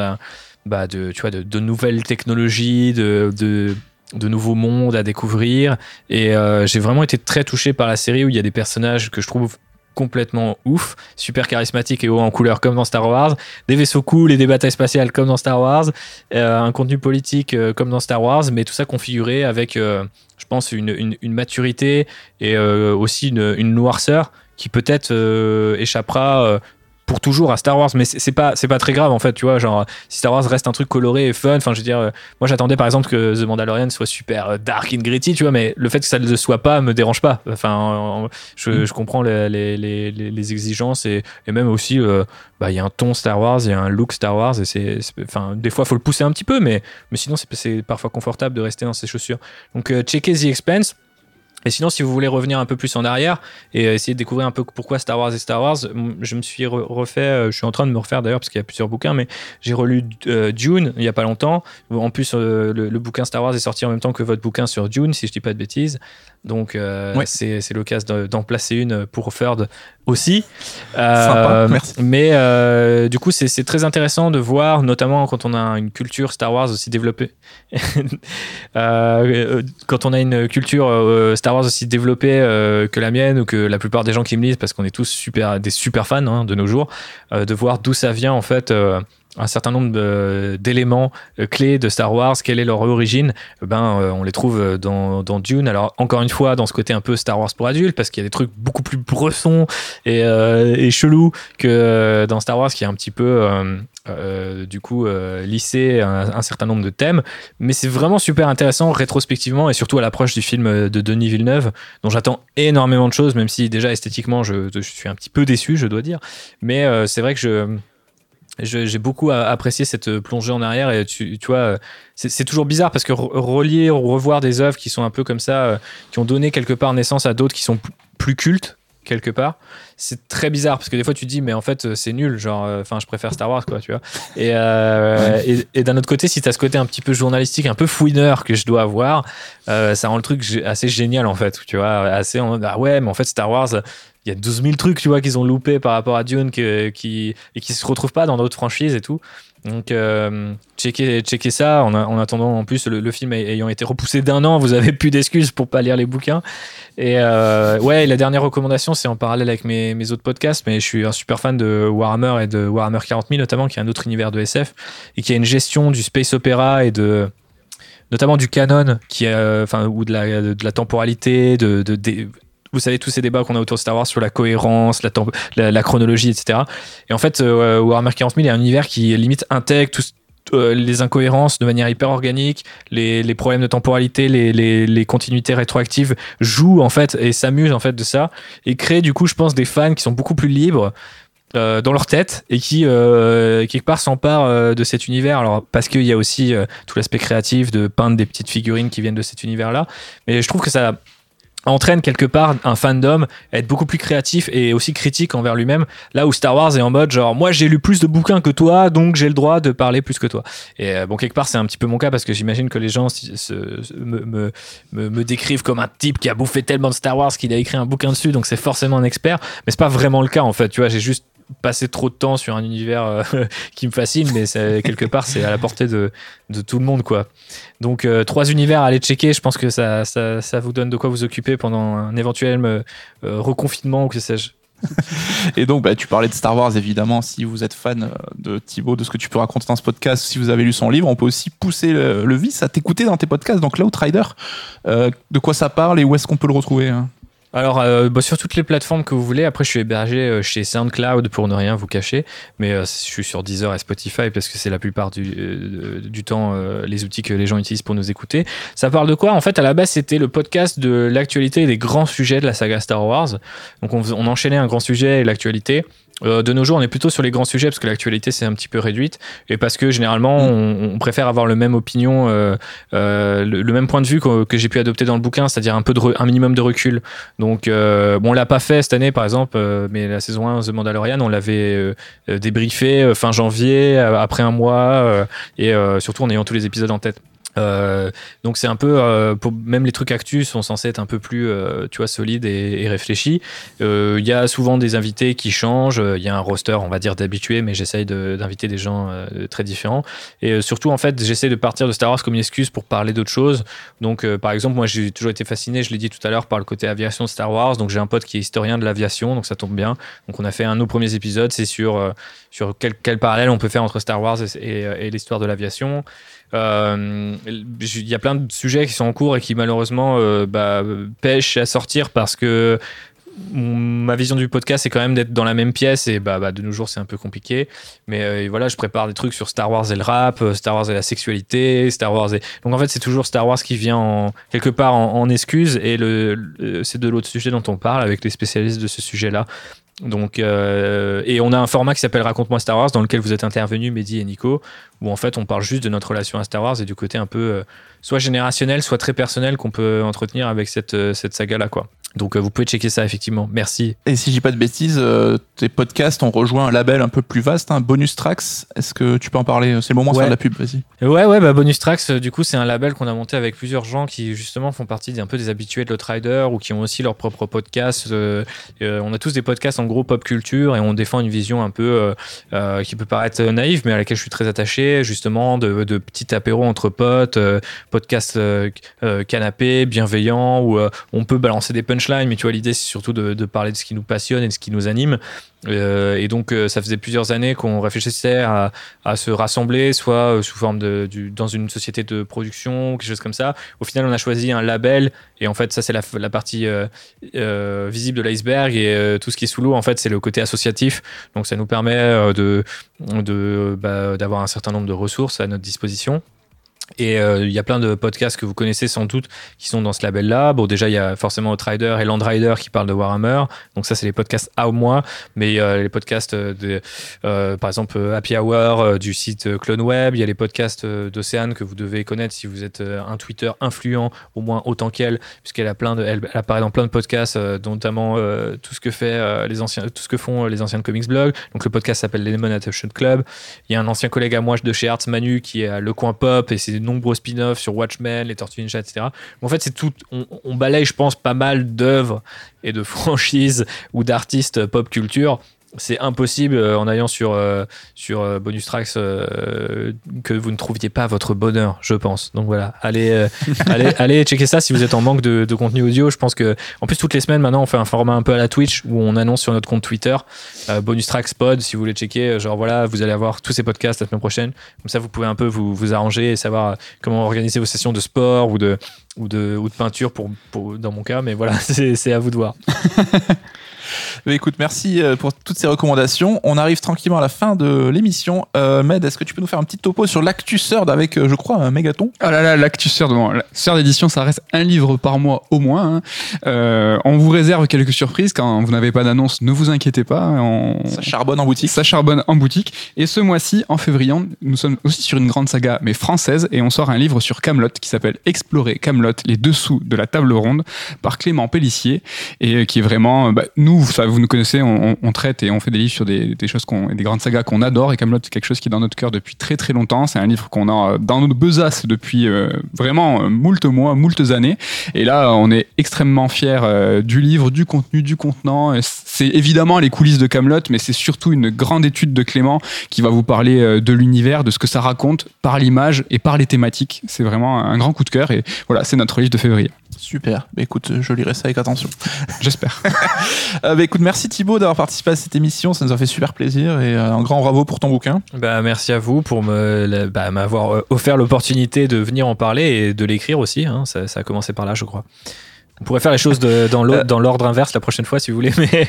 de nouvelles technologies, de nouveaux mondes à découvrir. Et j'ai vraiment été très touché par la série où il y a des personnages que je trouve complètement ouf, super charismatique et haut en couleur comme dans Star Wars, des vaisseaux cool et des batailles spatiales comme dans Star Wars, un contenu politique comme dans Star Wars, mais tout ça configuré avec je pense une maturité et aussi une noirceur qui peut-être échappera pour toujours à Star Wars, mais c'est pas très grave en fait, tu vois, genre si Star Wars reste un truc coloré et fun, enfin je veux dire, moi j'attendais par exemple que The Mandalorian soit super dark and gritty, tu vois, mais le fait que ça ne le soit pas me dérange pas, enfin je comprends les exigences et même aussi il y a un ton Star Wars, il y a un look Star Wars et enfin des fois faut le pousser un petit peu, mais sinon c'est parfois confortable de rester dans ses chaussures. Donc checkez The Expanse. Et sinon, si vous voulez revenir un peu plus en arrière et essayer de découvrir un peu pourquoi Star Wars est Star Wars, je me suis refait, je suis en train de me refaire d'ailleurs parce qu'il y a plusieurs bouquins, mais j'ai relu Dune il y a pas longtemps. En plus, le bouquin Star Wars est sorti en même temps que votre bouquin sur Dune, si je dis pas de bêtises. Donc, ouais. c'est l'occasion d'en placer une pour Ferd aussi. Sympa, merci. Mais du coup, c'est très intéressant de voir, notamment quand on a une culture Star Wars aussi développée. Quand on a une culture Star Wars aussi développée que la mienne ou que la plupart des gens qui me lisent, parce qu'on est tous des super fans de nos jours, de voir d'où ça vient en fait. un certain nombre d'éléments clés de Star Wars, quelle est leur origine, on les trouve dans Dune. Alors encore une fois, dans ce côté un peu Star Wars pour adultes, parce qu'il y a des trucs beaucoup plus bressons et chelous que dans Star Wars, qui est un petit peu lisser un certain nombre de thèmes, mais c'est vraiment super intéressant rétrospectivement et surtout à l'approche du film de Denis Villeneuve, dont j'attends énormément de choses, même si déjà esthétiquement je suis un petit peu déçu, je dois dire, mais c'est vrai que j'ai beaucoup apprécié cette plongée en arrière, et tu vois, c'est toujours bizarre parce que relier ou revoir des œuvres qui sont un peu comme ça, qui ont donné quelque part naissance à d'autres qui sont plus cultes quelque part, c'est très bizarre parce que des fois tu te dis mais en fait c'est nul, genre je préfère Star Wars, quoi, tu vois, et d'un autre côté, si t'as ce côté un petit peu journalistique, un peu fouineur que je dois avoir, ça rend le truc assez génial en fait, tu vois, assez ouais, mais en fait Star Wars, il y a 12 000 trucs, tu vois, qu'ils ont loupé par rapport à Dune qui se retrouvent pas dans d'autres franchises et tout. Donc checker ça en attendant, en plus le film ayant été repoussé d'1 an, vous avez plus d'excuses pour pas lire les bouquins. Et ouais, la dernière recommandation, c'est en parallèle avec mes autres podcasts, mais je suis un super fan de Warhammer et de Warhammer 40 000 notamment, qui est un autre univers de SF et qui a une gestion du space opéra et notamment du canon, qui ou de la temporalité, vous savez, tous ces débats qu'on a autour de Star Wars sur la cohérence, la chronologie, etc. Et en fait, Warhammer 40 000 est un univers qui limite intègre tous les incohérences de manière hyper organique, les problèmes de temporalité, les continuités rétroactives jouent en fait et s'amusent en fait de ça, et créent du coup, je pense, des fans qui sont beaucoup plus libres dans leur tête et qui quelque part s'emparent de cet univers. Alors parce qu'il y a aussi tout l'aspect créatif de peindre des petites figurines qui viennent de cet univers là, mais je trouve que ça entraîne quelque part un fandom à être beaucoup plus créatif et aussi critique envers lui-même, là où Star Wars est en mode genre moi j'ai lu plus de bouquins que toi, donc j'ai le droit de parler plus que toi. Et quelque part c'est un petit peu mon cas, parce que j'imagine que les gens me décrivent comme un type qui a bouffé tellement de Star Wars qu'il a écrit un bouquin dessus, donc c'est forcément un expert, mais c'est pas vraiment le cas en fait, tu vois, j'ai juste passé trop de temps sur un univers qui me fascine, mais quelque part c'est à la portée de tout le monde, quoi. Donc 3 univers à aller checker, je pense que ça vous donne de quoi vous occuper pendant un éventuel reconfinement ou que sais-je. Et donc tu parlais de Star Wars, évidemment, si vous êtes fan de Thibaut, de ce que tu peux raconter dans ce podcast, si vous avez lu son livre, on peut aussi pousser le vice à t'écouter dans tes podcasts, donc L'Outrider, de quoi ça parle et où est-ce qu'on peut le retrouver, hein? Alors, sur toutes les plateformes que vous voulez. Après, je suis hébergé chez SoundCloud pour ne rien vous cacher, mais je suis sur Deezer et Spotify parce que c'est la plupart du temps les outils que les gens utilisent pour nous écouter. Ça parle de quoi? En fait, à la base, c'était le podcast de l'actualité et des grands sujets de la saga Star Wars. Donc, on enchaînait un grand sujet et l'actualité. De nos jours, on est plutôt sur les grands sujets parce que l'actualité c'est un petit peu réduite, et parce que généralement on préfère avoir le même opinion, le même point de vue que j'ai pu adopter dans le bouquin, c'est-à-dire un minimum de recul. Donc on l'a pas fait cette année par exemple, mais la saison 1 The Mandalorian on l'avait débriefé fin janvier, après un mois, et surtout en ayant tous les épisodes en tête. Donc c'est un peu même les trucs actus sont censés être un peu plus tu vois, solides et réfléchis. Il y a souvent des invités qui changent, il y a un roster on va dire d'habitués, mais j'essaye d'inviter des gens très différents, et surtout en fait j'essaie de partir de Star Wars comme une excuse pour parler d'autres choses. Donc par exemple moi j'ai toujours été fasciné, je l'ai dit tout à l'heure, par le côté aviation de Star Wars, donc j'ai un pote qui est historien de l'aviation, donc ça tombe bien. Donc on a fait un de nos premiers épisodes, c'est sur quel parallèle on peut faire entre Star Wars et l'histoire de l'aviation. Il y a plein de sujets qui sont en cours et qui malheureusement pêchent à sortir parce que ma vision du podcast c'est quand même d'être dans la même pièce, et de nos jours c'est un peu compliqué, mais voilà, je prépare des trucs sur Star Wars et le rap, Star Wars et la sexualité, Star Wars et... donc en fait c'est toujours Star Wars qui vient quelque part en excuse, et c'est de l'autre sujet dont on parle avec les spécialistes de ce sujet là. Donc, et on a un format qui s'appelle Raconte-moi Star Wars, dans lequel vous êtes intervenus, Mehdi et Nico, où en fait on parle juste de notre relation à Star Wars et du côté un peu soit générationnel, soit très personnel qu'on peut entretenir avec cette saga-là, quoi. Donc vous pouvez checker ça effectivement, merci. Et si je dis pas de bêtises, tes podcasts ont rejoint un label un peu plus vaste, Bonus Tracks. Est-ce que tu peux en parler? C'est le moment de faire de la pub, vas-y. Ouais, Bonus Tracks, du coup c'est un label qu'on a monté avec plusieurs gens qui justement font partie un peu des habitués de l'Outrider, ou qui ont aussi leur propre podcast. On a tous des podcasts en gros pop culture, et on défend une vision un peu qui peut paraître naïve, mais à laquelle je suis très attaché, justement de petits apéros entre potes, podcast canapé, bienveillant, où on peut balancer des punchlines punchline, mais tu vois, l'idée, c'est surtout de parler de ce qui nous passionne et de ce qui nous anime. Et donc, ça faisait plusieurs années qu'on réfléchissait à se rassembler, soit sous forme dans une société de production, quelque chose comme ça. Au final, on a choisi un label, et en fait, ça, c'est la partie visible de l'iceberg, et tout ce qui est sous l'eau, en fait, c'est le côté associatif. Donc, ça nous permet d'avoir un certain nombre de ressources à notre disposition. Et il y a plein de podcasts que vous connaissez sans doute qui sont dans ce label-là. Bon, déjà, il y a forcément Outrider et Landrider qui parlent de Warhammer. Donc ça, c'est les podcasts à moi. Mais il y a les podcasts par exemple, Happy Hour du site CloneWeb. Il y a les podcasts d'Océane que vous devez connaître si vous êtes un Twitter influent, au moins autant qu'elle, puisqu'elle elle apparaît dans plein de podcasts, notamment tout ce que font les anciens de Comics Blog. Donc le podcast s'appelle Lemon Adaptation Club. Il y a un ancien collègue à moi de chez Arts, Manu, qui est à Le Coin Pop, et c'est de nombreux spin-offs sur Watchmen, les Tortues Ninja, etc. En fait, c'est tout. On balaye, je pense, pas mal d'œuvres et de franchises ou d'artistes pop culture. C'est impossible en allant sur Bonus Tracks que vous ne trouviez pas votre bonheur, je pense. Donc voilà, allez checker ça si vous êtes en manque de contenu audio. Je pense que en plus toutes les semaines maintenant on fait un format un peu à la Twitch où on annonce sur notre compte Twitter Bonus Tracks Pod, si vous voulez checker. Genre voilà, vous allez avoir tous ces podcasts la semaine prochaine. Comme ça vous pouvez un peu vous arranger et savoir comment organiser vos sessions de sport ou de peinture pour dans mon cas. Mais voilà, c'est à vous de voir. Mais écoute, merci pour toutes ces recommandations. On arrive tranquillement à la fin de l'émission. Med, est-ce que tu peux nous faire un petit topo sur l'actu Third avec, je crois, un mégaton? Ah là là, l'actu Third, bon, Third édition, ça reste un livre par mois au moins. On vous réserve quelques surprises. Quand vous n'avez pas d'annonce, ne vous inquiétez pas. Ça charbonne en boutique. Ça charbonne en boutique. Et ce mois-ci, en février, nous sommes aussi sur une grande saga, mais française, et on sort un livre sur Kaamelott qui s'appelle Explorer Kaamelott, les dessous de la table ronde, par Clément Pellissier, et qui est vraiment, nous, vous nous connaissez, on traite et on fait des livres sur des choses des grandes sagas qu'on adore, et Kaamelott, c'est quelque chose qui est dans notre cœur depuis très très longtemps. C'est un livre qu'on a dans nos besaces depuis vraiment moult mois, moultes années, et là on est extrêmement fiers du livre, du contenu, du contenant. C'est évidemment les coulisses de Kaamelott, mais c'est surtout une grande étude de Clément qui va vous parler de l'univers, de ce que ça raconte par l'image et par les thématiques. C'est vraiment un grand coup de cœur, et voilà, c'est notre livre de février. Super, écoute, je lirai ça avec attention. J'espère. Écoute, merci Thibaut d'avoir participé à cette émission, ça nous a fait super plaisir, et un grand bravo pour ton bouquin. Merci à vous pour m'avoir offert l'opportunité de venir en parler et de l'écrire aussi, hein. Ça a commencé par là, je crois. On pourrait faire les choses dans l'ordre inverse la prochaine fois si vous voulez, mais...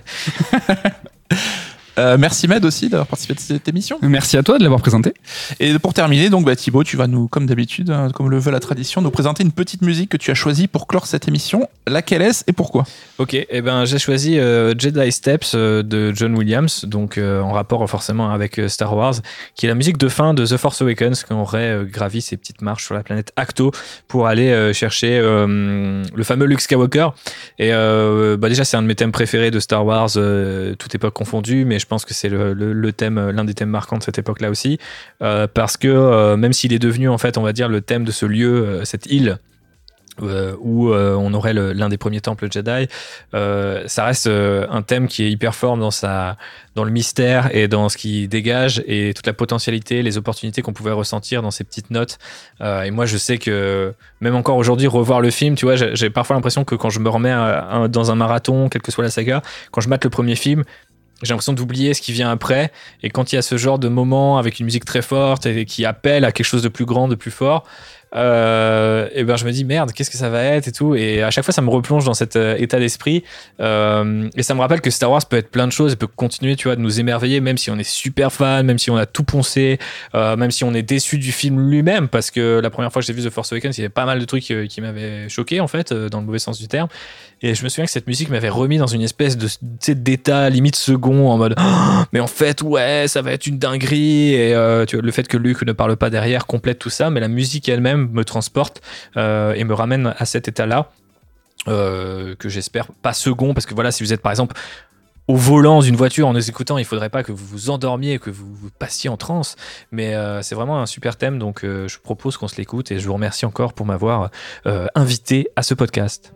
Merci Med aussi d'avoir participé à cette émission. Merci à toi de l'avoir présenté. Et pour terminer, donc Thibaut, tu vas nous, comme d'habitude, comme le veut la tradition, nous présenter une petite musique que tu as choisie pour clore cette émission. Laquelle est-ce et pourquoi? Ok, j'ai choisi Jedi Steps de John Williams, donc en rapport forcément avec Star Wars, qui est la musique de fin de The Force Awakens, quand Rey gravit ses petites marches sur la planète Ahch-To pour aller chercher le fameux Luke Skywalker. Et déjà, c'est un de mes thèmes préférés de Star Wars, toute époque confondue, mais je pense que c'est le thème, l'un des thèmes marquants de cette époque-là aussi, parce que même s'il est devenu en fait, on va dire, le thème de ce lieu, cette île où on aurait l'un des premiers temples Jedi, ça reste un thème qui est hyper fort dans le mystère et dans ce qu'il dégage et toute la potentialité, les opportunités qu'on pouvait ressentir dans ces petites notes. Et moi, je sais que même encore aujourd'hui, revoir le film, tu vois, j'ai parfois l'impression que quand je me remets dans un marathon, quelle que soit la saga, quand je mate le premier film, j'ai l'impression d'oublier ce qui vient après, et quand il y a ce genre de moment avec une musique très forte et qui appelle à quelque chose de plus grand, de plus fort, je me dis merde, qu'est-ce que ça va être et tout, et à chaque fois ça me replonge dans cet état d'esprit, et ça me rappelle que Star Wars peut être plein de choses et peut continuer, tu vois, de nous émerveiller, même si on est super fan, même si on a tout poncé, même si on est déçu du film lui-même, parce que la première fois que j'ai vu The Force Awakens, il y avait pas mal de trucs qui m'avaient choqué en fait, dans le mauvais sens du terme. Et je me souviens que cette musique m'avait remis dans une espèce d'état limite second, en mode oh, mais en fait ouais, ça va être une dinguerie, et tu vois, le fait que Luke ne parle pas derrière complète tout ça, mais la musique elle-même me transporte et me ramène à cet état-là, que j'espère pas second, parce que voilà, si vous êtes par exemple au volant d'une voiture en nous écoutant, il faudrait pas que vous vous endormiez, que vous passiez en transe, mais c'est vraiment un super thème, donc je propose qu'on se l'écoute, et je vous remercie encore pour m'avoir invité à ce podcast.